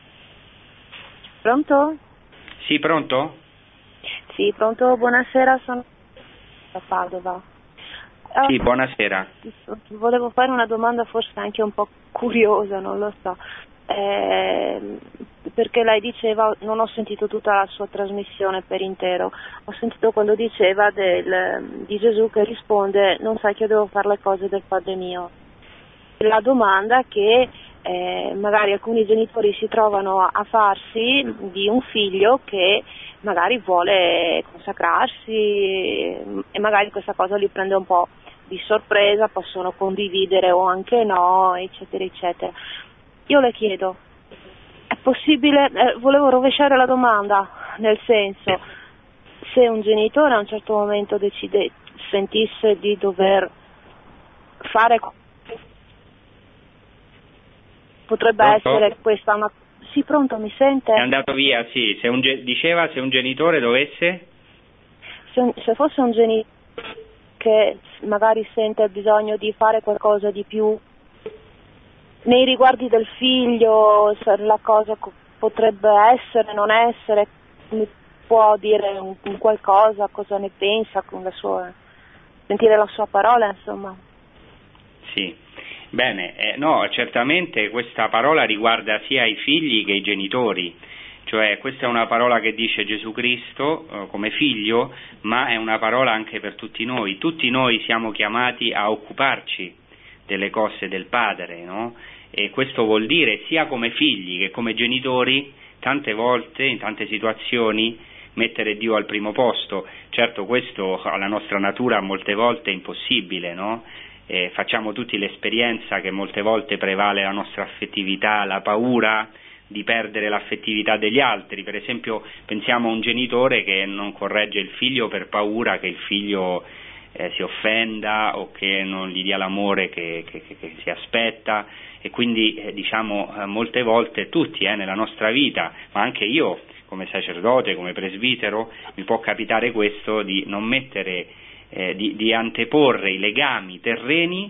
Pronto?
Sì, pronto?
Sì, pronto, buonasera, sono da Padova.
Sì, buonasera.
Volevo fare una domanda forse anche un po' curiosa, non lo so, eh, perché lei diceva, non ho sentito tutta la sua trasmissione per intero, ho sentito quando diceva del, di Gesù che risponde: non sai che io devo fare le cose del Padre mio. La domanda che eh, magari alcuni genitori si trovano a, a farsi di un figlio che magari vuole consacrarsi e magari questa cosa li prende un po' di sorpresa, possono condividere o anche no, eccetera eccetera. Io le chiedo, è possibile, eh, volevo rovesciare la domanda, nel senso, se un genitore a un certo momento decide, sentisse di dover fare, potrebbe
Pronto?
essere questa una... Sì, pronto, mi sente?
È andato via, sì, se un ge- diceva se un genitore dovesse?
Se, un, se fosse un genitore che magari sente bisogno di fare qualcosa di più nei riguardi del figlio, se la cosa co- potrebbe essere, non essere, mi può dire un, un qualcosa, cosa ne pensa, con la sua, sentire la sua parola, insomma.
Sì. Bene, eh, no, certamente questa parola riguarda sia i figli che i genitori, cioè questa è una parola che dice Gesù Cristo eh, come figlio, ma è una parola anche per tutti noi. Tutti noi siamo chiamati a occuparci delle cose del Padre, no? E questo vuol dire sia come figli che come genitori, tante volte, in tante situazioni, mettere Dio al primo posto. Certo, questo alla nostra natura molte volte è impossibile, no? Eh, facciamo tutti l'esperienza che molte volte prevale la nostra affettività, la paura di perdere l'affettività degli altri. Per esempio, pensiamo a un genitore che non corregge il figlio per paura che il figlio eh, si offenda o che non gli dia l'amore che, che, che, che si aspetta, e quindi eh, diciamo eh, molte volte tutti eh, nella nostra vita, ma anche io come sacerdote, come presbitero, mi può capitare questo di non mettere Eh, di, di anteporre i legami terreni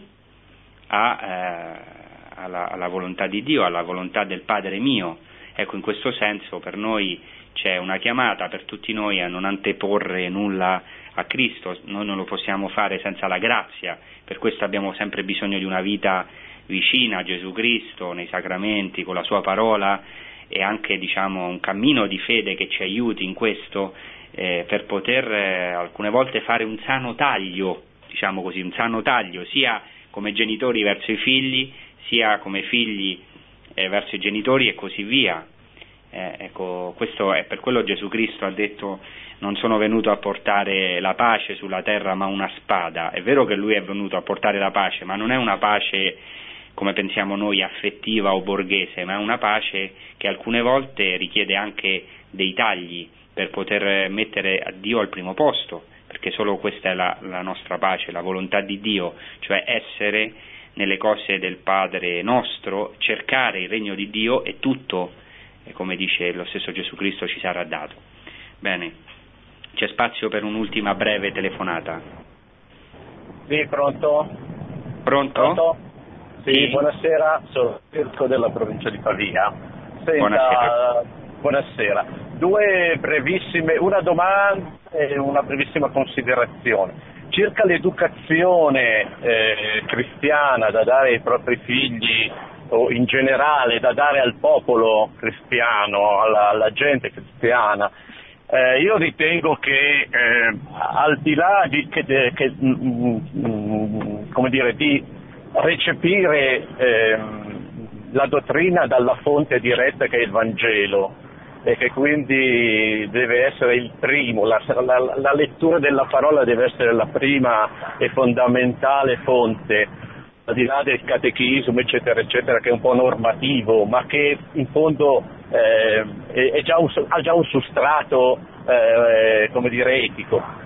a, eh, alla, alla volontà di Dio, alla volontà del Padre mio. Ecco, in questo senso per noi c'è una chiamata per tutti noi a non anteporre nulla a Cristo. Noi non lo possiamo fare senza la grazia, per questo abbiamo sempre bisogno di una vita vicina a Gesù Cristo, nei sacramenti, con la sua parola, e anche diciamo un cammino di fede che ci aiuti in questo, Eh, per poter eh, alcune volte fare un sano taglio, diciamo così, un sano taglio sia come genitori verso i figli, sia come figli eh, verso i genitori e così via. Eh, ecco, questo è per quello Gesù Cristo ha detto: non sono venuto a portare la pace sulla terra ma una spada. È vero che lui è venuto a portare la pace, ma non è una pace come pensiamo noi affettiva o borghese, ma è una pace che alcune volte richiede anche dei tagli per poter mettere a Dio al primo posto, perché solo questa è la, la nostra pace, la volontà di Dio, cioè essere nelle cose del Padre nostro, cercare il regno di Dio e tutto, come dice lo stesso Gesù Cristo, ci sarà dato. Bene, c'è spazio per un'ultima breve telefonata.
Sì, pronto?
Pronto?
Pronto? Sì,
sì,
buonasera, sono Mirko della provincia di Pavia. Senta,
buonasera.
Buonasera. Due brevissime, una domanda e una brevissima considerazione. Circa l'educazione eh, cristiana da dare ai propri figli, o in generale da dare al popolo cristiano, alla, alla gente cristiana, eh, io ritengo che eh, al di là di, che, che, mm, mm, come dire, di recepire eh, la dottrina dalla fonte diretta che è il Vangelo, e che quindi deve essere il primo, la, la, la lettura della parola deve essere la prima e fondamentale fonte, al di là del catechismo eccetera eccetera, che è un po' normativo, ma che in fondo eh, è, è già un, ha già un sostrato eh, come dire etico.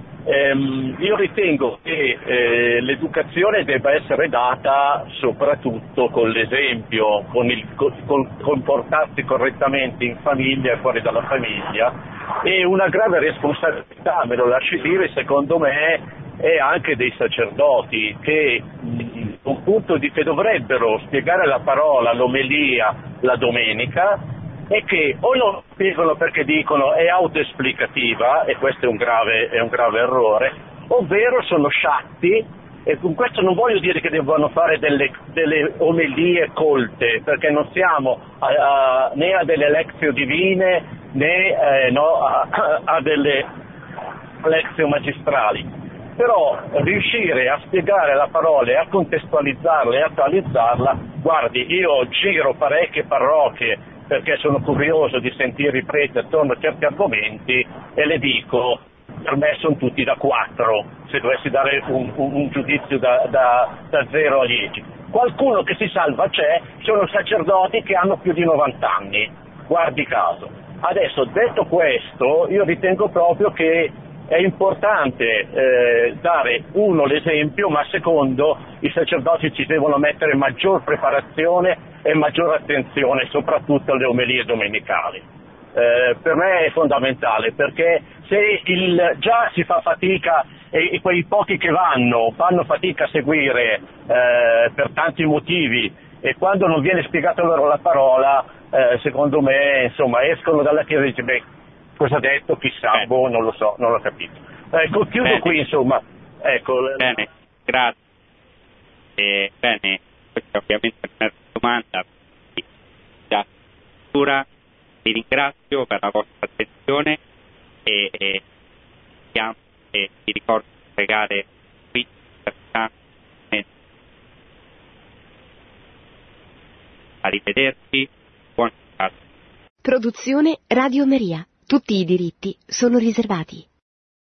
Ehm, io ritengo che eh, l'educazione debba essere data soprattutto con l'esempio, con il con comportarsi correttamente in famiglia e fuori dalla famiglia, e una grave responsabilità, me lo lasci dire, secondo me è anche dei sacerdoti che, un punto di, che dovrebbero spiegare la parola, l'omelia la domenica, e che o non spiegano perché dicono è autoesplicativa, e questo è un grave, è un grave errore, ovvero sono sciatti, e con questo non voglio dire che devono fare delle, delle omelie colte, perché non siamo a, a, né a delle lezio divine né eh, no, a, a delle lezio magistrali, però riuscire a spiegare la parola e a contestualizzarla e attualizzarla. Guardi, io giro parecchie parrocchie perché sono curioso di sentire i preti attorno a certi argomenti, e le dico, per me sono tutti da quattro, se dovessi dare un, un, un giudizio da, da, da zero a dieci. Qualcuno che si salva c'è, sono sacerdoti che hanno più di novanta anni, guardi caso. Adesso, detto questo, io ritengo proprio che è importante eh, dare, uno, l'esempio, ma secondo, i sacerdoti ci devono mettere maggior preparazione e maggior attenzione soprattutto alle omelie domenicali. Eh, per me è fondamentale, perché se il, già si fa fatica, e, e quei pochi che vanno fanno fatica a seguire eh, per tanti motivi, e quando non viene spiegata loro la parola, eh, secondo me, insomma, escono dalla chiesa e dicono, beh, cosa ha detto, chissà, eh. boh, non lo so, non l'ho capito. Ecco, chiudo
bene.
qui, insomma. Ecco.
Bene, grazie. Eh, bene, questa ovviamente è una domanda, vi ringrazio per la vostra attenzione e, e, e vi ricordo di pregare qui per arrivederci, buon giornata.
Produzione Radio Maria. Tutti i diritti sono riservati.